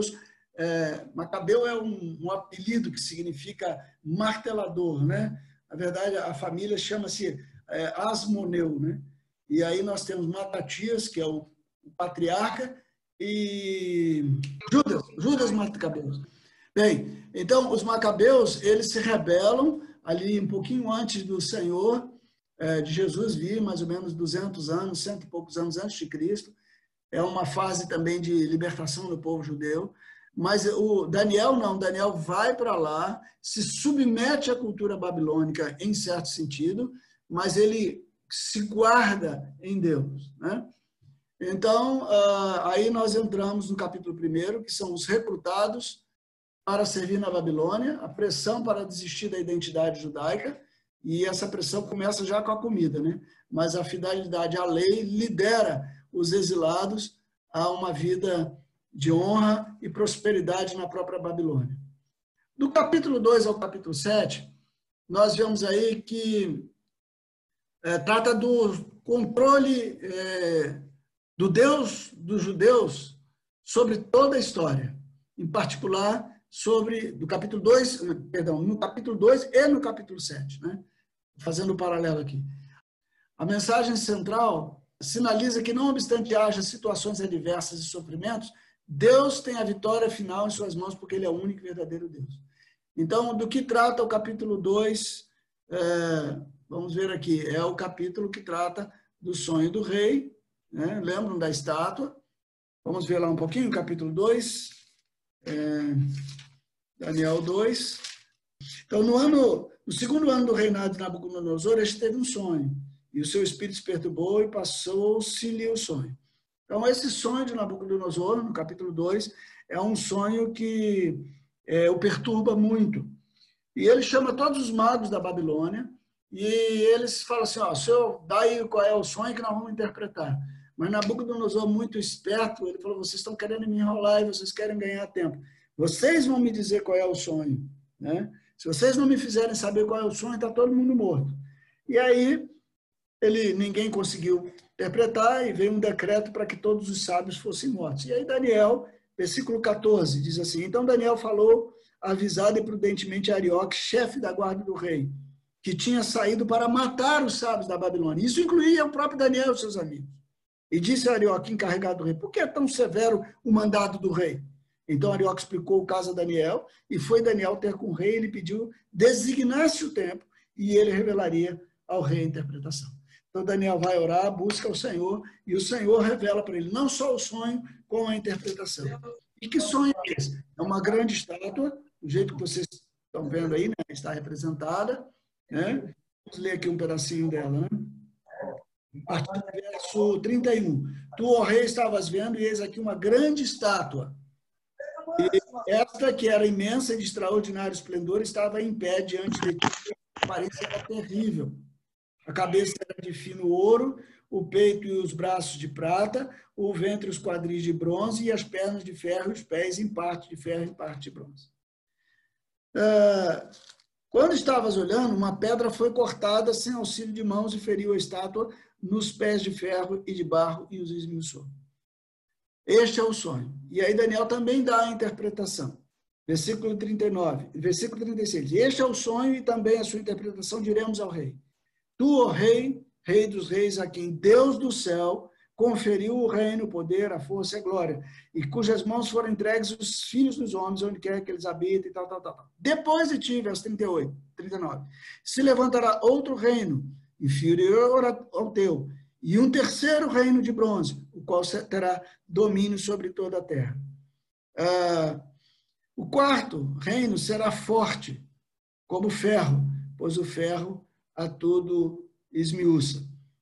Macabeu é um apelido que significa martelador, né? Na verdade, a família chama-se Asmoneu, né? E aí nós temos Matatias, que é o patriarca, e Judas Macabeus. Bem, então os macabeus, eles se rebelam ali um pouquinho antes do Senhor, de Jesus vir, mais ou menos 200 anos, 100 e poucos anos antes de Cristo. É uma fase também de libertação do povo judeu. Mas o Daniel não, Daniel vai para lá, se submete à cultura babilônica em certo sentido, mas ele se guarda em Deus, né? Então, aí nós entramos no capítulo 1, que são os recrutados para servir na Babilônia, a pressão para desistir da identidade judaica, e essa pressão começa já com a comida, né? Mas a fidelidade à lei lidera os exilados a uma vida de honra e prosperidade na própria Babilônia. Do capítulo 2 ao capítulo 7, nós vemos aí que trata do controle do Deus dos judeus sobre toda a história, em particular no capítulo 2 e no capítulo 7, né? Fazendo um paralelo aqui. A mensagem central sinaliza que, não obstante haja situações adversas e sofrimentos, Deus tem a vitória final em suas mãos, porque Ele é o único e verdadeiro Deus. Então, do que trata o capítulo 2, vamos ver aqui, é o capítulo que trata do sonho do rei, né? Lembram da estátua? Vamos ver lá um pouquinho, capítulo 2, Daniel 2. Então, no segundo ano do reinado de Nabucodonosor, este teve um sonho, e o seu espírito se perturbou e passou-se-lhe o sonho. Então, esse sonho de Nabucodonosor, no capítulo 2, é um sonho que o perturba muito. E ele chama todos os magos da Babilônia e eles falam assim, senhor, dá aí qual é o sonho que nós vamos interpretar. Mas Nabucodonosor, muito esperto, ele falou, vocês estão querendo me enrolar e vocês querem ganhar tempo. Vocês vão me dizer qual é o sonho, né? Se vocês não me fizerem saber qual é o sonho, está todo mundo morto. E aí, ninguém conseguiu interpretar e veio um decreto para que todos os sábios fossem mortos. E aí Daniel, versículo 14, diz assim, então Daniel falou avisado e prudentemente a Arioque, chefe da guarda do rei, que tinha saído para matar os sábios da Babilônia. Isso incluía o próprio Daniel e seus amigos. E disse a Arioque, encarregado do rei, por que é tão severo o mandado do rei? Então Arioque explicou o caso a Daniel, e foi Daniel ter com o rei, ele pediu designasse o tempo, e ele revelaria ao rei a interpretação. Então Daniel vai orar, busca o Senhor, e o Senhor revela para ele não só o sonho, como a interpretação. E que sonho é esse? É uma grande estátua, do jeito que vocês estão vendo aí, né? Está representada, né? Vamos ler aqui um pedacinho dela, né? A partir do verso 31. Tu, ó rei, estavas vendo, e eis aqui uma grande estátua. E esta, que era imensa e de extraordinário esplendor, estava em pé diante de ti, a aparência era terrível. A cabeça era de fino ouro, o peito e os braços de prata, o ventre e os quadris de bronze, e as pernas de ferro e os pés em parte de ferro e em parte de bronze. Quando estavas olhando, uma pedra foi cortada sem auxílio de mãos e feriu a estátua nos pés de ferro e de barro e os esmiuçou. Este é o sonho. E aí Daniel também dá a interpretação. Versículo 39, versículo 36. Este é o sonho e também a sua interpretação diremos ao rei. Tu, ó rei, rei dos reis, a quem Deus do céu conferiu o reino, o poder, a força e a glória, e cujas mãos foram entregues os filhos dos homens, onde quer que eles habitem, tal. Depois de ti, verso 38, 39, se levantará outro reino, inferior ao teu, e um terceiro reino de bronze, o qual terá domínio sobre toda a terra. O quarto reino será forte, como ferro, pois o ferro a tudo esmiuça.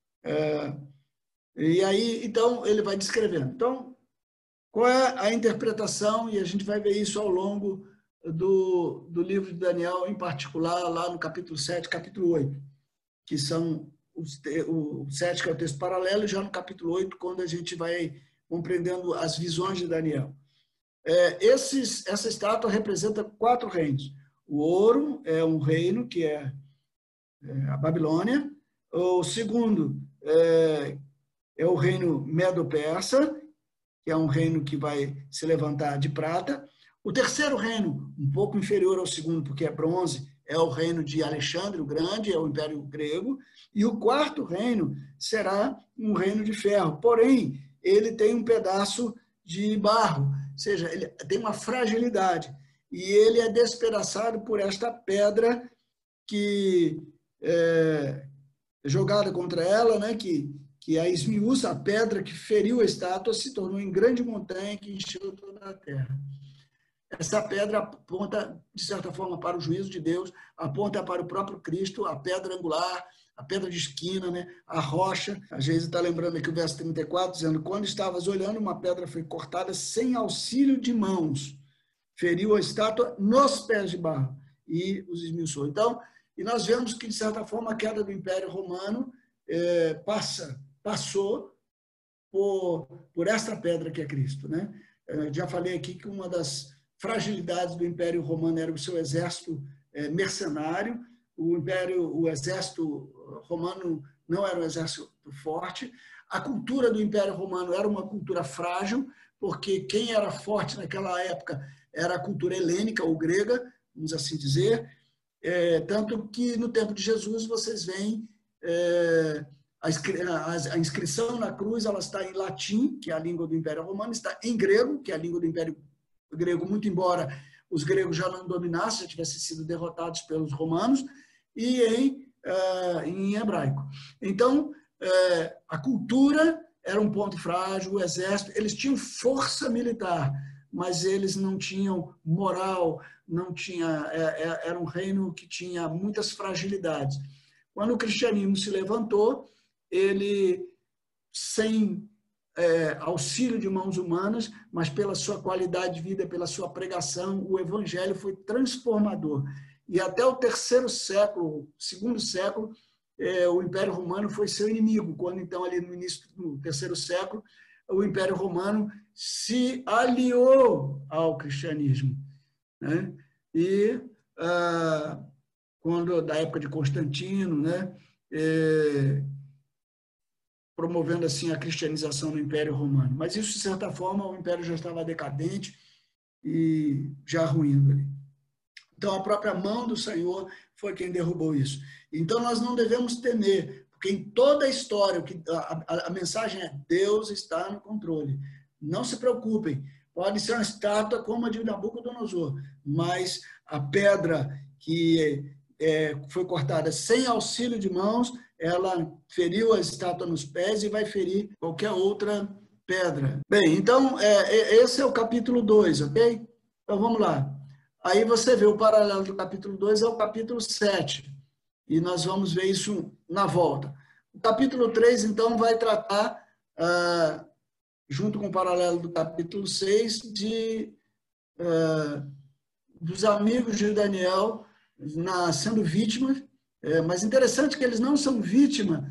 E aí, então, ele vai descrevendo. Então, qual é a interpretação? E a gente vai ver isso ao longo do livro de Daniel, em particular, lá no capítulo 7, capítulo 8, que são o 7, que é o texto paralelo, e já no capítulo 8, quando a gente vai compreendendo as visões de Daniel. Essa estátua representa 4 reinos. O ouro é um reino, que é a Babilônia. O segundo é o reino Medo-Persa, que é um reino que vai se levantar de prata. O terceiro reino, um pouco inferior ao segundo, porque é bronze, é o reino de Alexandre o Grande, é o Império Grego. E o quarto reino será um reino de ferro. Porém, ele tem um pedaço de barro, ou seja, ele tem uma fragilidade. E ele é despedaçado por esta pedra que é jogada contra ela, né, que a esmiuça, a pedra que feriu a estátua, se tornou em grande montanha que encheu toda a terra. Essa pedra aponta, de certa forma, para o juízo de Deus, aponta para o próprio Cristo, a pedra angular, a pedra de esquina, né? A rocha. A gente está lembrando aqui o verso 34, dizendo: quando estavas olhando, uma pedra foi cortada sem auxílio de mãos, feriu a estátua nos pés de barro e os esmiuçou. Então, e nós vemos que, de certa forma, a queda do Império Romano passou por esta pedra que é Cristo, né? Eu já falei aqui que uma das fragilidades do Império Romano era o seu exército mercenário. O exército romano não era um exército forte. A cultura do Império Romano era uma cultura frágil, porque quem era forte naquela época era a cultura helênica ou grega, vamos assim dizer. Tanto que no tempo de Jesus vocês veem a inscrição na cruz, ela está em latim, que é a língua do Império Romano, está em grego, que é a língua do Império Grego, muito embora os gregos já não dominassem, já tivessem sido derrotados pelos romanos, e em hebraico. Então, a cultura era um ponto frágil, o exército, eles tinham força militar, mas eles não tinham moral, era um reino que tinha muitas fragilidades. Quando o cristianismo se levantou, ele, sem auxílio de mãos humanas, mas pela sua qualidade de vida, pela sua pregação, o evangelho foi transformador. E até o terceiro século, segundo século, o Império Romano foi seu inimigo, quando então, ali no início do terceiro século, o Império Romano se aliou ao cristianismo, né? E quando, da época de Constantino, né, promovendo assim a cristianização no Império Romano. Mas isso, de certa forma, o Império já estava decadente e já ruindo ali. Então, a própria mão do Senhor foi quem derrubou isso. Então, nós não devemos temer, porque em toda a história, a mensagem é: Deus está no controle. Não se preocupem, pode ser uma estátua como a de Nabucodonosor, mas a pedra que foi cortada sem auxílio de mãos, ela feriu a estátua nos pés e vai ferir qualquer outra pedra. Bem, então, esse é o capítulo 2, ok? Então, vamos lá. Aí você vê o paralelo do capítulo 2 é o capítulo 7. E nós vamos ver isso na volta. O capítulo 3, então, vai tratar, junto com o paralelo do capítulo 6, dos amigos de Daniel sendo vítimas. Mas interessante que eles não são vítima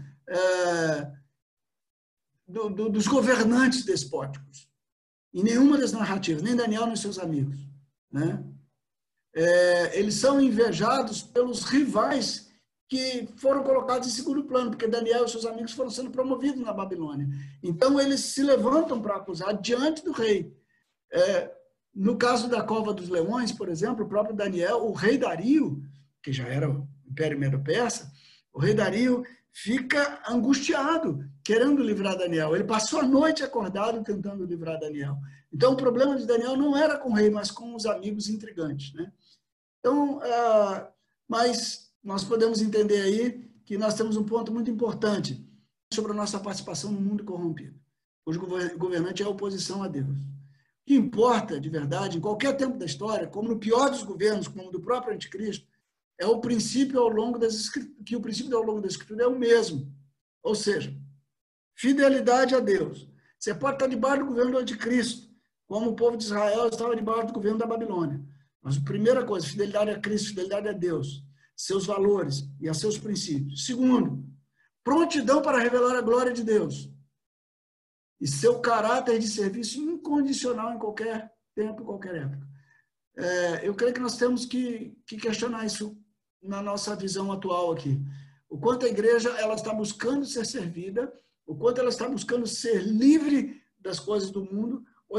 dos governantes despóticos. Em nenhuma das narrativas, nem Daniel nem seus amigos, né? Eles são invejados pelos rivais que foram colocados em segundo plano, porque Daniel e seus amigos foram sendo promovidos na Babilônia. Então, eles se levantam para acusar diante do rei. No caso da Cova dos Leões, por exemplo, o próprio Daniel, o rei Dario, que já era o Império Medo-Persa, o rei Dario fica angustiado, querendo livrar Daniel. Ele passou a noite acordado tentando livrar Daniel. Então, o problema de Daniel não era com o rei, mas com os amigos intrigantes, né? Então, mas nós podemos entender aí que nós temos um ponto muito importante sobre a nossa participação no mundo corrompido, cujo governante é a oposição a Deus. O que importa, de verdade, em qualquer tempo da história, como no pior dos governos, como do próprio anticristo, é o princípio ao longo das Escrituras, que o princípio ao longo da Escritura é o mesmo. Ou seja, fidelidade a Deus. Você pode estar debaixo do governo do anticristo, como o povo de Israel estava debaixo do governo da Babilônia. Mas a primeira coisa, fidelidade a Cristo, fidelidade a Deus, seus valores e a seus princípios. Segundo, prontidão para revelar a glória de Deus e seu caráter de serviço incondicional em qualquer tempo, em qualquer época. Eu creio que nós temos que questionar isso na nossa visão atual aqui. O quanto a igreja ela está buscando ser servida, o quanto ela está buscando ser livre das coisas do mundo, ou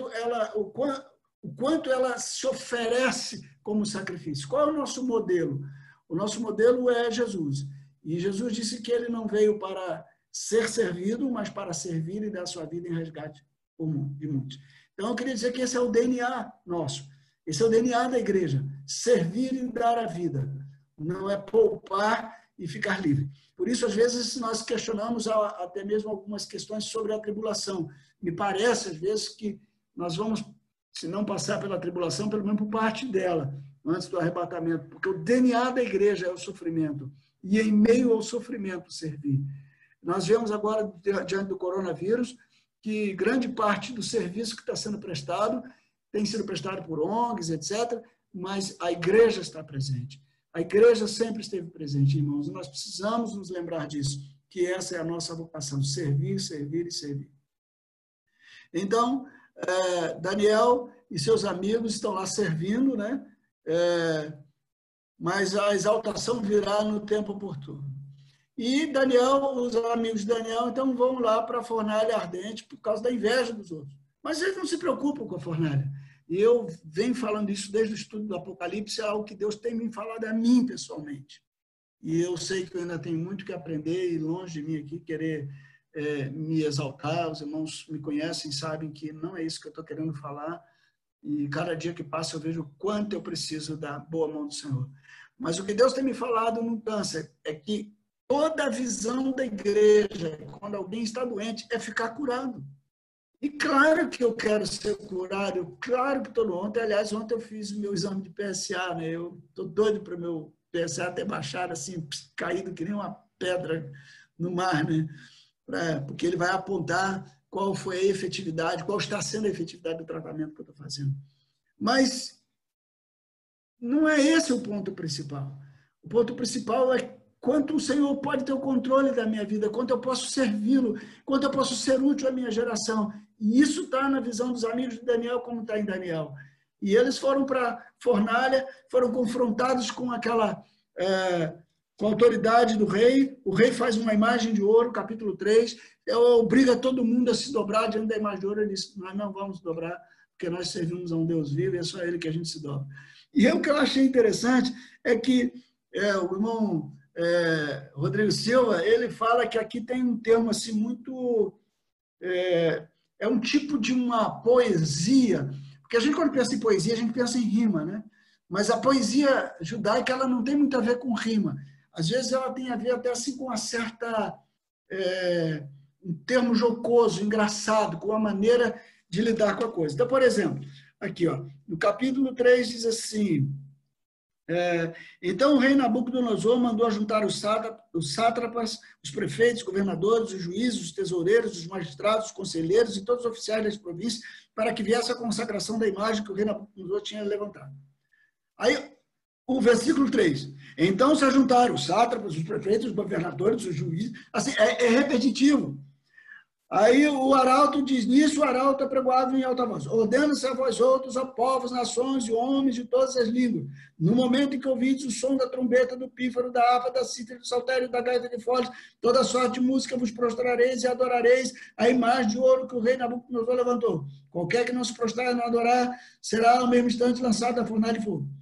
o quanto ela se oferece como sacrifício. Qual é o nosso modelo? O nosso modelo é Jesus. E Jesus disse que ele não veio para ser servido, mas para servir e dar sua vida em resgate de muitos. Então, eu queria dizer que esse é o DNA nosso. Esse é o DNA da igreja. Servir e dar a vida. Não é poupar e ficar livre. Por isso, às vezes, nós questionamos até mesmo algumas questões sobre a tribulação. Me parece, às vezes, que nós vamos, se não passar pela tribulação, pelo menos por parte dela, antes do arrebatamento. Porque o DNA da igreja é o sofrimento. E em meio ao sofrimento, servir. Nós vemos agora, diante do coronavírus, que grande parte do serviço que está sendo prestado tem sido prestado por ONGs, etc., mas a igreja está presente. A igreja sempre esteve presente, irmãos, e nós precisamos nos lembrar disso, que essa é a nossa vocação, servir, servir e servir. Então, Daniel e seus amigos estão lá servindo, né? Mas a exaltação virá no tempo oportuno. E Daniel, os amigos de Daniel, então vão lá para a fornalha ardente por causa da inveja dos outros. Mas eles não se preocupam com a fornalha. E eu venho falando isso desde o estudo do Apocalipse, é algo que Deus tem me falado a mim pessoalmente. E eu sei que eu ainda tenho muito que aprender e longe de mim aqui querer me exaltar. Os irmãos me conhecem, sabem que não é isso que eu estou querendo falar. E cada dia que passa eu vejo o quanto eu preciso da boa mão do Senhor. Mas o que Deus tem me falado não cansa, é que toda a visão da igreja, quando alguém está doente, é ficar curado. E claro que eu quero ser curado, claro que estou ontem. Aliás, ontem eu fiz o meu exame de PSA, né? Eu estou doido para o meu PSA ter baixado, assim, caído que nem uma pedra no mar, né? Porque ele vai apontar qual foi a efetividade, qual está sendo a efetividade do tratamento que eu estou fazendo. Mas não é esse o ponto principal. O ponto principal é quanto o Senhor pode ter o controle da minha vida, quanto eu posso servi-lo, quanto eu posso ser útil à minha geração. E isso está na visão dos amigos de Daniel, como está em Daniel. E eles foram para a fornalha, foram confrontados com aquela com a autoridade do rei. O rei faz uma imagem de ouro, capítulo 3, obriga todo mundo a se dobrar diante da imagem de ouro. Ele diz, nós não vamos dobrar, porque nós servimos a um Deus vivo e é só ele que a gente se dobra. E o que eu achei interessante é que o irmão Rodrigo Silva, ele fala que aqui tem um termo assim muito... é um tipo de uma poesia, porque a gente quando pensa em poesia, a gente pensa em rima, né? Mas a poesia judaica, ela não tem muito a ver com rima. Às vezes ela tem a ver até assim com uma certa... um termo jocoso, engraçado, com a maneira de lidar com a coisa. Então, por exemplo, aqui, ó, no capítulo 3 diz assim... então o rei Nabucodonosor mandou juntar os sátrapas, os prefeitos, os governadores, os juízes, os tesoureiros, os magistrados, os conselheiros e todos os oficiais das províncias para que viesse a consagração da imagem que o rei Nabucodonosor tinha levantado. Aí, o versículo 3. Então se ajuntaram os sátrapas, os prefeitos, os governadores, os juízes. Assim, é repetitivo. Aí o arauto diz, nisso o arauto apregoava em alta voz, ordena-se a vós outros, a povos, nações e homens de todas as línguas. No momento em que ouvides o som da trombeta, do pífaro, da harpa, da cítara, do saltério, da gaita de foles, toda sorte de música vos prostrareis e adorareis a imagem de ouro que o rei Nabucodonosor levantou. Qualquer que não se prostrar e não adorar, será ao mesmo instante lançado da fornalha de fogo.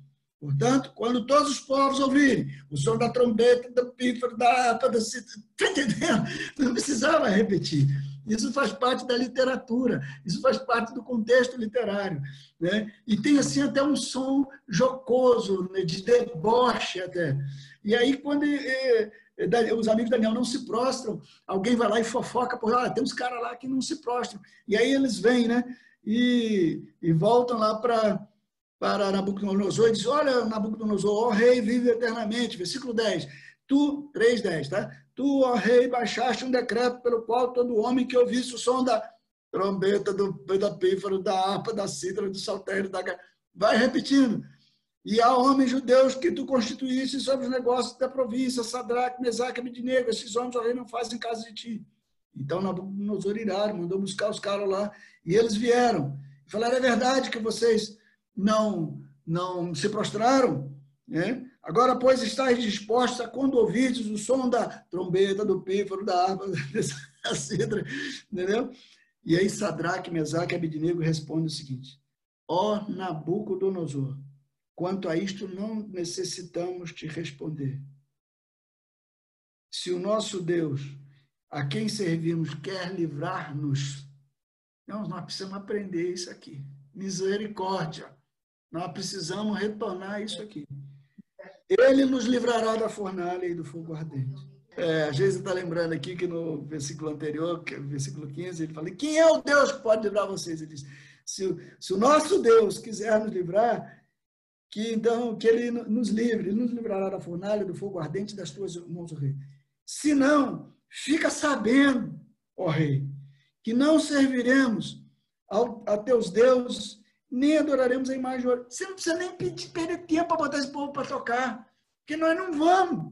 Portanto, quando todos os povos ouvirem o som da trombeta, do pífaro, da harpa, da cítara, está entendendo? Não precisava repetir. Isso faz parte da literatura, isso faz parte do contexto literário, né? E tem assim até um som jocoso, né, de deboche até. E aí, quando os amigos de Daniel não se prostram, alguém vai lá e fofoca, porque tem uns caras lá que não se prostram. E aí eles vêm, né? E voltam lá para Nabucodonosor e diz: olha, Nabucodonosor, ó rei, vive eternamente. Versículo 10. Tu, 3:10, tá? Tu, ó rei, baixaste um decreto pelo qual todo homem que ouvisse o som da trombeta, do pífaro, da harpa, da cítara, do saltério, vai repetindo. E há homens judeus que tu constituíste sobre os negócios da província, Sadraque, Mesaque, Abednego. Esses homens, ó rei, não fazem caso de ti. Então Nabucodonosor irado, mandou buscar os caras lá, e eles vieram. Falaram: é verdade que vocês não se prostraram, né? Agora, pois, estáis dispostos a, quando ouvirdes o som da trombeta, do pífaro, da harpa, da cítara, entendeu? E aí Sadraque, Mesaque e Abednego respondem o seguinte: ó Nabucodonosor, quanto a isto não necessitamos te responder. Se o nosso Deus, a quem servimos, quer livrar-nos, nós precisamos aprender isso aqui. Misericórdia. Nós precisamos retornar isso aqui. Ele nos livrará da fornalha e do fogo ardente. A gente está lembrando aqui que no versículo anterior, que é o versículo 15, ele fala: quem é o Deus que pode livrar vocês? Ele diz: se o nosso Deus quiser nos livrar, que ele nos livre, ele nos livrará da fornalha, do fogo ardente das tuas mãos, ó rei. Se não, fica sabendo, ó rei, que não serviremos a teus deuses, nem adoraremos a imagem de ouro. Você não precisa nem perder tempo para botar esse povo para tocar, porque nós não vamos.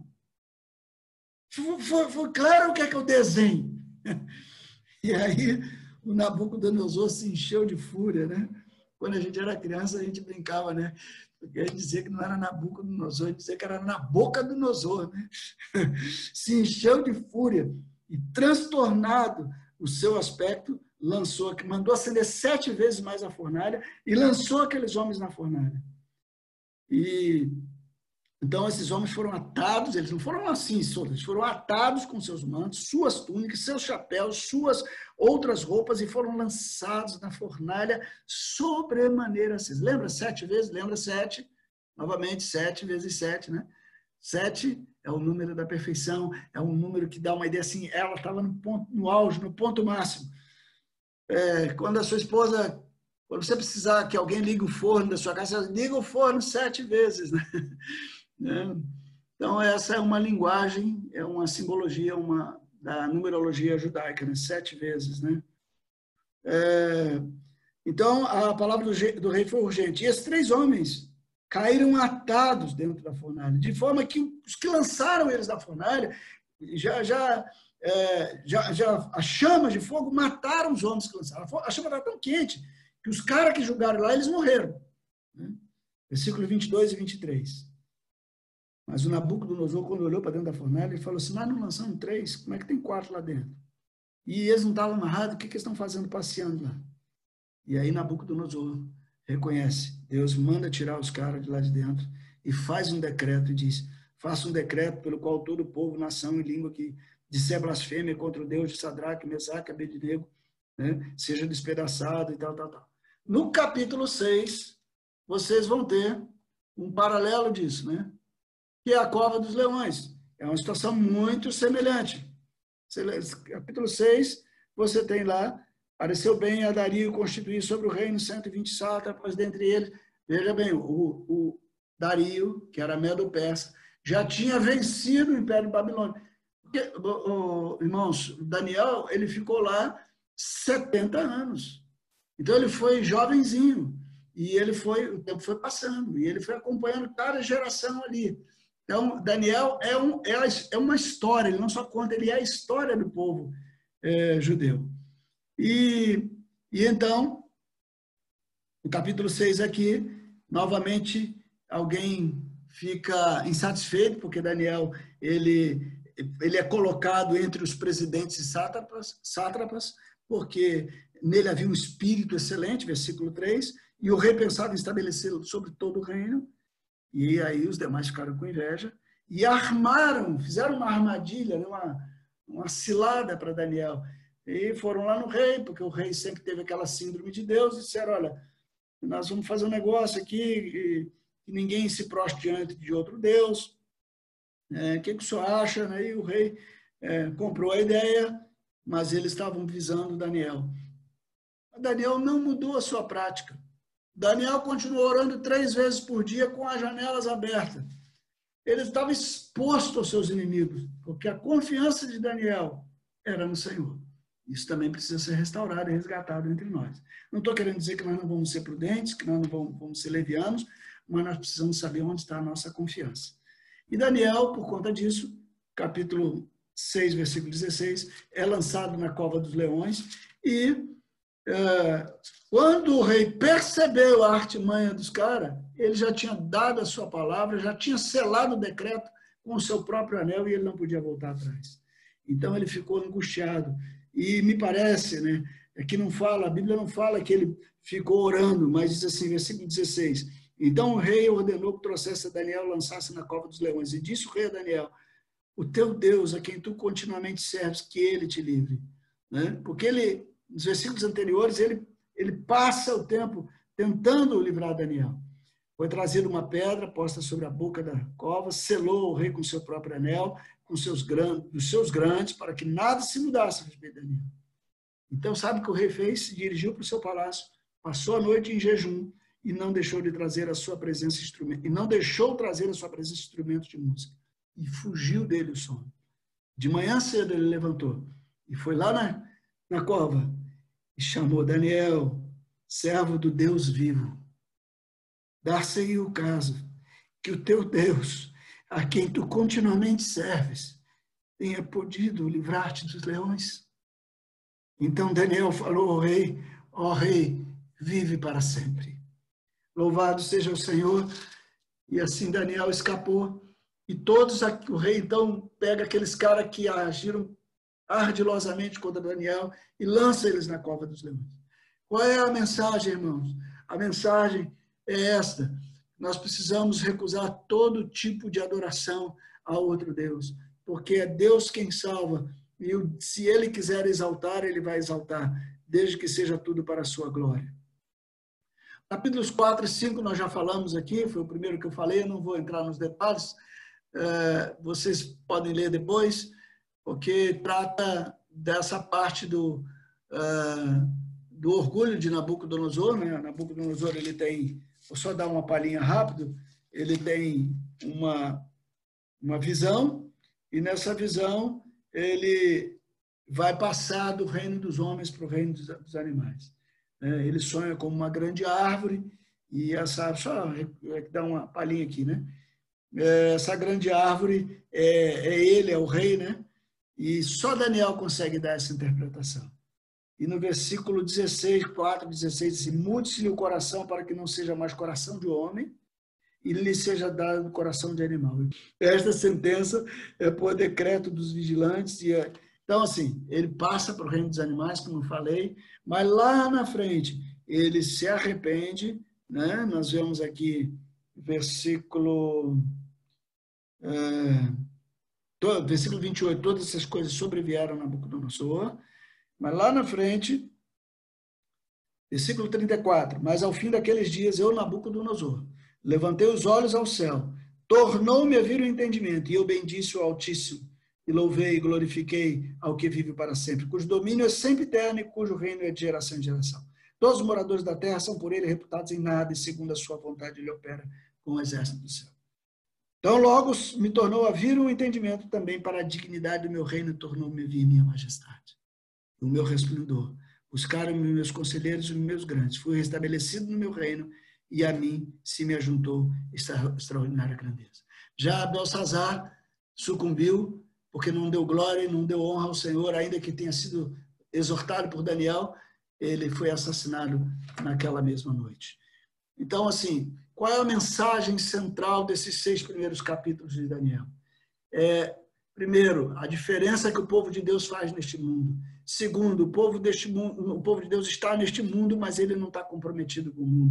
Foi claro o que é que eu desenho. E aí o Nabucodonosor se encheu de fúria, né? Quando a gente era criança, a gente brincava, né? Porque a gente dizia que não era Nabucodonosor, a gente dizia que era Nabucodonosor, né? Se encheu de fúria e, transtornado o seu aspecto, mandou acender 7 vezes mais a fornalha e lançou aqueles homens na fornalha. E então esses homens foram atados, eles não foram assim soltos, eles foram atados com seus mantos, suas túnicas, seus chapéus, suas outras roupas, e foram lançados na fornalha sobremaneira acesa. Lembra 7 vezes? Lembra 7? Novamente, 7 vezes 7, né? 7 é o número da perfeição, é um número que dá uma ideia assim, ela estava no auge, no ponto máximo. Quando a sua esposa, quando você precisar que alguém ligue o forno da sua casa, você liga o forno 7 vezes, né? Então, essa é uma linguagem, é uma simbologia, da numerologia judaica, né? 7 vezes, né? Então, a palavra do rei foi urgente. E esses 3 homens caíram atados dentro da fornalha, de forma que os que lançaram eles da fornalha, as chamas de fogo mataram os homens que lançaram. A chama estava tão quente que os caras que julgaram lá, eles morreram. Né? Versículo 22 e 23. Mas o Nabucodonosor, quando olhou para dentro da fornalha, ele falou assim: nós não lançamos 3, como é que tem 4 lá dentro? E eles não estavam amarrados, o que eles estão fazendo passeando lá? E aí Nabucodonosor reconhece, Deus manda tirar os caras de lá de dentro e faz um decreto e diz: faça um decreto pelo qual todo povo, nação e língua que disser blasfêmia contra o Deus de Sadraque, Mesaque e Abednego, né, seja despedaçado e tal. No capítulo 6, vocês vão ter um paralelo disso, né? Que é a cova dos leões. É uma situação muito semelhante. Capítulo 6, você tem lá: pareceu bem a Dario constituir sobre o reino 120 sátrapas, dentre eles, veja bem, o Dario, que era medo-persa, já tinha vencido o Império Babilônico. Porque, irmãos, Daniel, ele ficou lá 70 anos. Então, ele foi jovenzinho. E o tempo foi passando. E ele foi acompanhando cada geração ali. Então, Daniel é uma história, ele não só conta, ele é a história do povo judeu. E então, no capítulo 6 aqui, novamente, alguém fica insatisfeito, porque Daniel, ele é colocado entre os presidentes e sátrapas, porque nele havia um espírito excelente, versículo 3, e o rei pensava em estabelecer sobre todo o reino. E aí os demais ficaram com inveja e armaram, fizeram uma armadilha, uma cilada para Daniel. E foram lá no rei, porque o rei sempre teve aquela síndrome de Deus, e disseram, olha, nós vamos fazer um negócio aqui, que ninguém se prostre diante de outro Deus. O que o senhor acha? E o rei comprou a ideia, mas eles estavam visando Daniel. Daniel não mudou a sua prática. Daniel continuou orando 3 vezes por dia com as janelas abertas. Ele estava exposto aos seus inimigos, porque a confiança de Daniel era no Senhor. Isso também precisa ser restaurado e resgatado entre nós. Não estou querendo dizer que nós não vamos ser prudentes, que nós não vamos ser levianos, mas nós precisamos saber onde está a nossa confiança. E Daniel, por conta disso, capítulo 6, versículo 16, é lançado na cova dos leões e quando o rei percebeu a artimanha dos caras, ele já tinha dado a sua palavra, já tinha selado o decreto com o seu próprio anel e ele não podia voltar atrás. Então ele ficou angustiado. E me parece, que não fala, a Bíblia não fala que ele ficou orando, mas diz assim, versículo 16, então o rei ordenou que trouxesse a Daniel e lançasse na cova dos leões. E disse o rei a Daniel, o teu Deus, a quem tu continuamente serves, que ele te livre. Porque ele, nos versículos anteriores, ele passa o tempo tentando livrar Daniel. Foi trazida uma pedra posta sobre a boca da cova, selou o rei com seu próprio anel, com dos seus grandes, para que nada se mudasse a respeito de Daniel. Então, sabe o que o rei fez? Se dirigiu para o seu palácio, passou a noite em jejum e não deixou de trazer a sua presença instrumento, instrumento de música. E fugiu dele o sono. De manhã cedo ele levantou e foi lá na cova e chamou Daniel, servo do Deus vivo. Dar-se-ia o caso que o teu Deus, a quem tu continuamente serves, tenha podido livrar-te dos leões. Então Daniel falou ao rei, ó rei, vive para sempre. Louvado seja o Senhor. E assim Daniel escapou. E todos, o rei então pega aqueles caras que agiram ardilosamente contra Daniel e lança eles na cova dos leões. Qual é a mensagem, irmãos? A mensagem é esta: nós precisamos recusar todo tipo de adoração a outro Deus, porque é Deus quem salva, e se Ele quiser exaltar, Ele vai exaltar, desde que seja tudo para a sua glória. Capítulos 4 e 5 nós já falamos aqui, foi o primeiro que eu falei, eu não vou entrar nos detalhes, vocês podem ler depois, porque trata dessa parte do orgulho de Nabucodonosor. Nabucodonosor, ele tem, vou só dar uma palhinha rápido, ele tem uma visão, e nessa visão ele vai passar do reino dos homens para o reino dos animais. Ele sonha como uma grande árvore, e essa, só dar uma palhinha aqui, essa grande árvore ele, é o rei, e só Daniel consegue dar essa interpretação. E no versículo 16, 4, 16, diz: mude-se-lhe o coração para que não seja mais coração de homem, e lhe seja dado coração de animal. Esta sentença é por decreto dos vigilantes. Então, assim, ele passa para o reino dos animais, como eu falei, mas lá na frente ele se arrepende, Nós vemos aqui, versículo 28, todas essas coisas sobrevieram a Nabucodonosor, mas lá na frente, versículo 34, mas ao fim daqueles dias, eu, Nabucodonosor, levantei os olhos ao céu, tornou-me a vir o entendimento, e eu bendisse o Altíssimo, e louvei e glorifiquei ao que vive para sempre, cujo domínio é sempre eterno e cujo reino é de geração em geração. Todos os moradores da terra são por ele reputados em nada, e segundo a sua vontade ele opera com o exército do céu. Então, logo me tornou a vir o entendimento também para a dignidade do meu reino, tornou-me a vir minha majestade. O meu resplendor. Buscaram-me meus conselheiros e meus grandes. Fui restabelecido no meu reino, e a mim se me ajuntou extraordinária grandeza. Já Belsazar sucumbiu, porque não deu glória e não deu honra ao Senhor, ainda que tenha sido exortado por Daniel, ele foi assassinado naquela mesma noite. Então, assim, qual é a mensagem central desses 6 primeiros capítulos de Daniel? Primeiro, a diferença que o povo de Deus faz neste mundo. Segundo, o povo de Deus está neste mundo, mas ele não está comprometido com o mundo.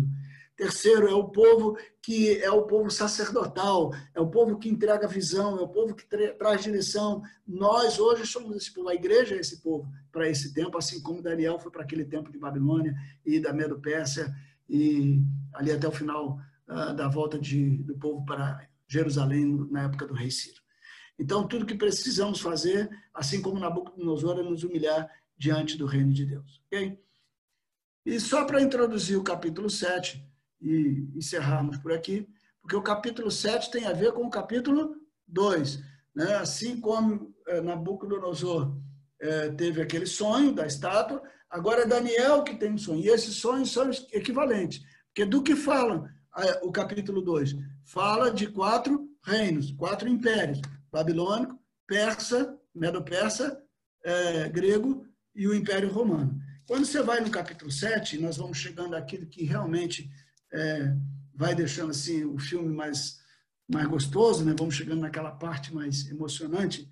Terceiro, é o povo que é o povo sacerdotal, é o povo que entrega visão, é o povo que traz direção. Nós hoje somos esse povo, a igreja é esse povo para esse tempo, assim como Daniel foi para aquele tempo de Babilônia e da Medo-Pérsia, e ali até o final da volta do povo para Jerusalém na época do rei Ciro. Então, tudo que precisamos fazer, assim como Nabucodonosor, é nos humilhar diante do reino de Deus. Ok? E só para introduzir o capítulo 7 e encerrarmos por aqui, porque o capítulo 7 tem a ver com o capítulo 2. Né? Assim como Nabucodonosor teve aquele sonho da estátua, agora é Daniel que tem um sonho. E esses sonhos são equivalentes. Porque do que fala o capítulo 2? Fala de 4 reinos, 4 impérios. Babilônico, persa, medo-persa, grego e o Império Romano. Quando você vai no capítulo 7, nós vamos chegando àquilo que realmente vai deixando assim, o filme mais gostoso, né? Vamos chegando naquela parte mais emocionante,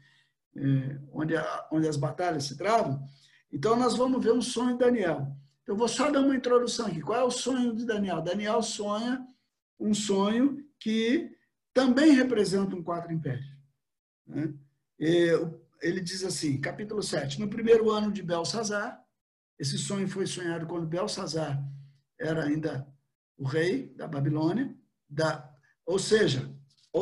onde as batalhas se travam. Então, nós vamos ver um sonho de Daniel. Eu vou só dar uma introdução aqui. Qual é o sonho de Daniel? Daniel sonha um sonho que também representa um 4 impérios. Né? Ele diz assim, capítulo 7, no primeiro ano de Belsazar, esse sonho foi sonhado quando Belsazar era ainda o rei da Babilônia, ou seja,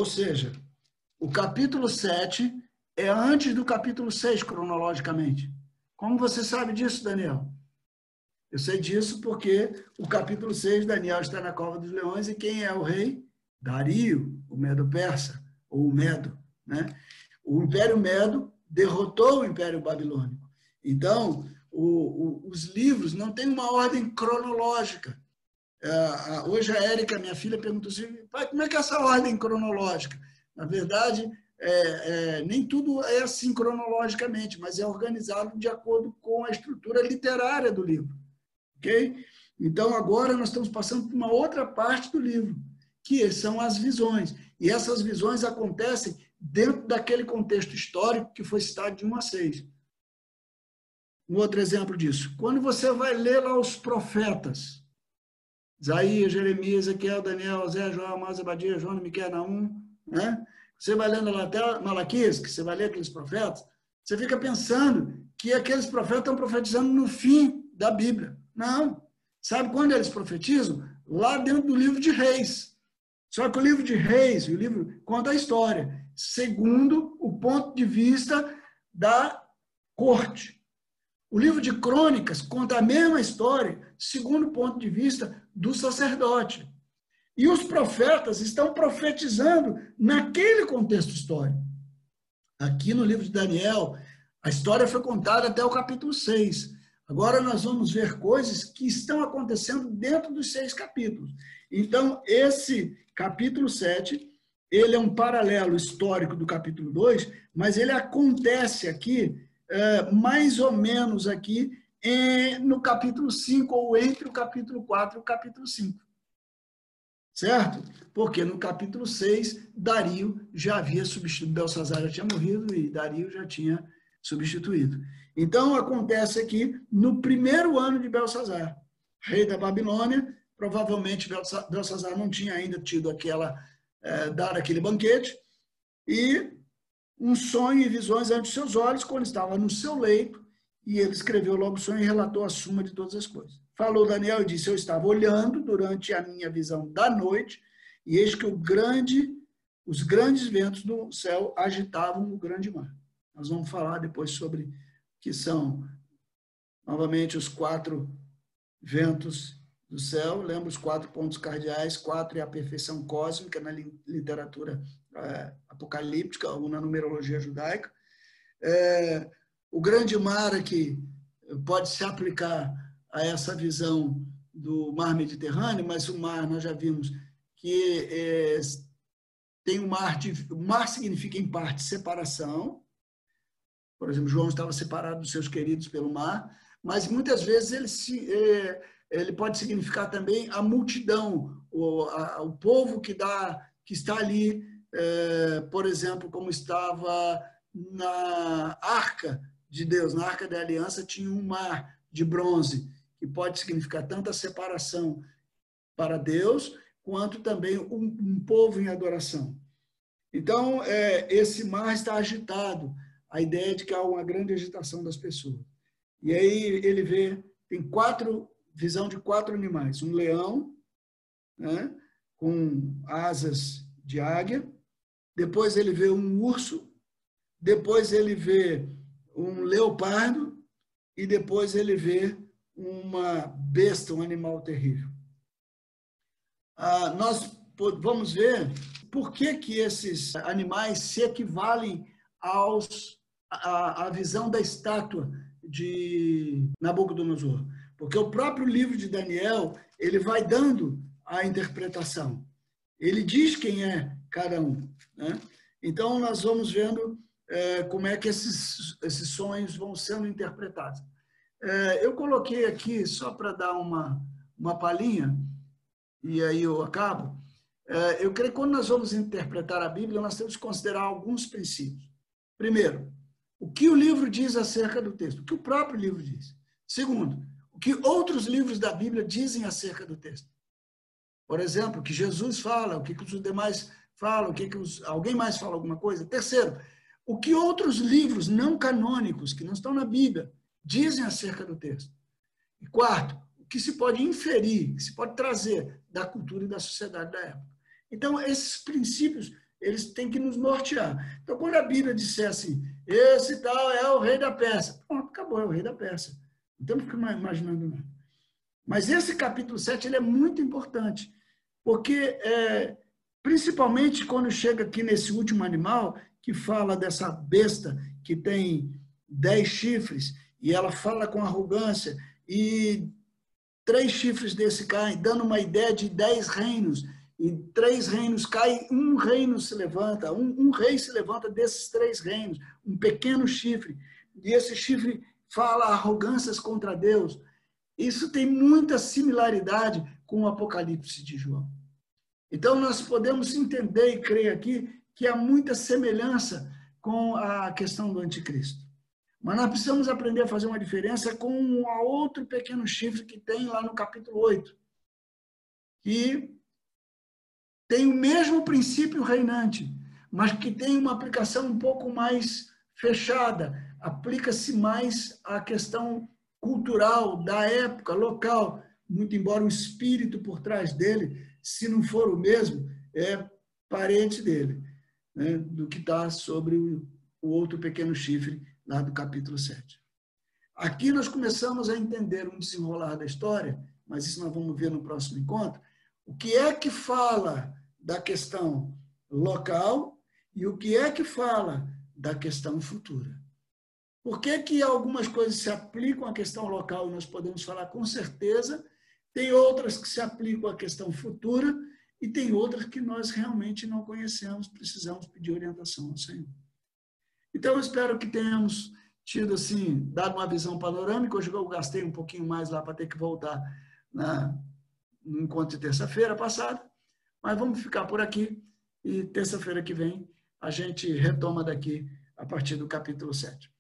o capítulo 7 é antes do capítulo 6, cronologicamente. Como você sabe disso, Daniel? Eu sei disso porque o capítulo 6, Daniel está na cova dos leões, e quem é o rei? Dario, o Medo-Persa, ou o Medo. Né? O Império Medo derrotou o Império Babilônico. Então, os livros não têm uma ordem cronológica. Hoje a Érica, minha filha, perguntou assim, pai, como é que é essa ordem cronológica? Na verdade, nem tudo é assim cronologicamente, mas é organizado de acordo com a estrutura literária do livro. Okay? Então, agora nós estamos passando por uma outra parte do livro, que são as visões. E essas visões acontecem dentro daquele contexto histórico que foi citado de 1 a 6. Um outro exemplo disso. Quando você vai ler lá os profetas, Isaías, Jeremias, Ezequiel, Daniel, Osé, João, Amós, Abadia, João, Miqueias, Naum, né? Você vai lendo lá até Malaquias, que você vai ler aqueles profetas, você fica pensando que aqueles profetas estão profetizando no fim da Bíblia. Não. Sabe quando eles profetizam? Lá dentro do livro de Reis. Só que o livro de Reis, o livro conta a história, segundo o ponto de vista da corte. O livro de Crônicas conta a mesma história, segundo o ponto de vista do sacerdote. E os profetas estão profetizando naquele contexto histórico. Aqui no livro de Daniel, a história foi contada até o capítulo 6. Agora nós vamos ver coisas que estão acontecendo dentro dos 6 capítulos. Então, esse capítulo 7, ele é um paralelo histórico do capítulo 2, mas ele acontece aqui, mais ou menos aqui, no capítulo 5, ou entre o capítulo 4 e o capítulo 5. Certo? Porque no capítulo 6, Dario já havia substituído, Belsazar já tinha morrido e Dario já tinha substituído. Então, acontece aqui no primeiro ano de Belsazar, rei da Babilônia. Provavelmente Belsazar não tinha ainda tido dado aquele banquete, e um sonho e visões ante seus olhos quando estava no seu leito, e ele escreveu logo o sonho e relatou a suma de todas as coisas. Falou Daniel e disse, eu estava olhando durante a minha visão da noite, e eis que os grandes ventos do céu agitavam o grande mar. Nós vamos falar depois sobre que são, novamente, os 4 ventos do céu. Lembra os 4 pontos cardeais, 4 é a perfeição cósmica na literatura apocalíptica ou na numerologia judaica. O grande mar aqui pode se aplicar a essa visão do mar Mediterrâneo, mas o mar, nós já vimos que tem o mar significa, em parte, separação. Por exemplo, João estava separado dos seus queridos pelo mar, mas muitas vezes ele pode significar também a multidão, o povo que está ali, por exemplo, como estava na Arca de Deus, na Arca da Aliança tinha um mar de bronze, que pode significar tanto a separação para Deus, quanto também um povo em adoração. Então, esse mar está agitado, a ideia de que há uma grande agitação das pessoas. E aí ele vê, tem visão de 4 animais, um leão, né, com asas de águia, depois ele vê um urso, depois ele vê um leopardo e depois ele vê uma besta, um animal terrível. Nós vamos ver por que esses animais se equivalem à visão da estátua de Nabucodonosor. Porque o próprio livro de Daniel, ele vai dando a interpretação. Ele diz quem é cada um, né? Então, nós vamos vendo como é que esses sonhos vão sendo interpretados. Eu coloquei aqui, só para dar uma palhinha, e aí eu acabo. Eu creio que quando nós vamos interpretar a Bíblia, nós temos que considerar alguns princípios. Primeiro, o que o livro diz acerca do texto, o que o próprio livro diz. Segundo, o que outros livros da Bíblia dizem acerca do texto. Por exemplo, o que Jesus fala, o que os demais falam, alguém mais fala alguma coisa. Terceiro, o que outros livros não canônicos, que não estão na Bíblia, dizem acerca do texto. E quarto, o que se pode inferir, que se pode trazer da cultura e da sociedade da época. Então, esses princípios, eles têm que nos nortear. Então, quando a Bíblia disser assim, esse tal é o rei da Pérsia, pronto, acabou, é o rei da Pérsia. Não temos que ficar imaginando nada. Mas esse capítulo 7 ele é muito importante, porque, principalmente quando chega aqui nesse último animal, que fala dessa besta que tem 10 chifres, e ela fala com arrogância, e 3 chifres desse caem, dando uma ideia de 10 reinos, e 3 reinos caem, um reino se levanta, um rei se levanta desses 3 reinos, um pequeno chifre, e esse chifre fala arrogâncias contra Deus. Isso tem muita similaridade com o Apocalipse de João. Então, nós podemos entender e crer aqui que há muita semelhança com a questão do anticristo. Mas nós precisamos aprender a fazer uma diferença com um outro pequeno chifre que tem lá no capítulo 8, que tem o mesmo princípio reinante, mas que tem uma aplicação um pouco mais fechada, aplica-se mais à questão cultural da época, local, muito embora o espírito por trás dele, se não for o mesmo, é parente dele, né, do que está sobre o outro pequeno chifre lá do capítulo 7. Aqui nós começamos a entender um desenrolar da história, mas isso nós vamos ver no próximo encontro, o que é que fala da questão local e o que é que fala da questão futura. Por que algumas coisas se aplicam à questão local e nós podemos falar com certeza, tem outras que se aplicam à questão futura e tem outras que nós realmente não conhecemos, precisamos pedir orientação ao Senhor. Então, eu espero que tenhamos tido, assim, dado uma visão panorâmica. Hoje eu gastei um pouquinho mais lá para ter que voltar no encontro de terça-feira passada, mas vamos ficar por aqui e terça-feira que vem a gente retoma daqui a partir do capítulo 7.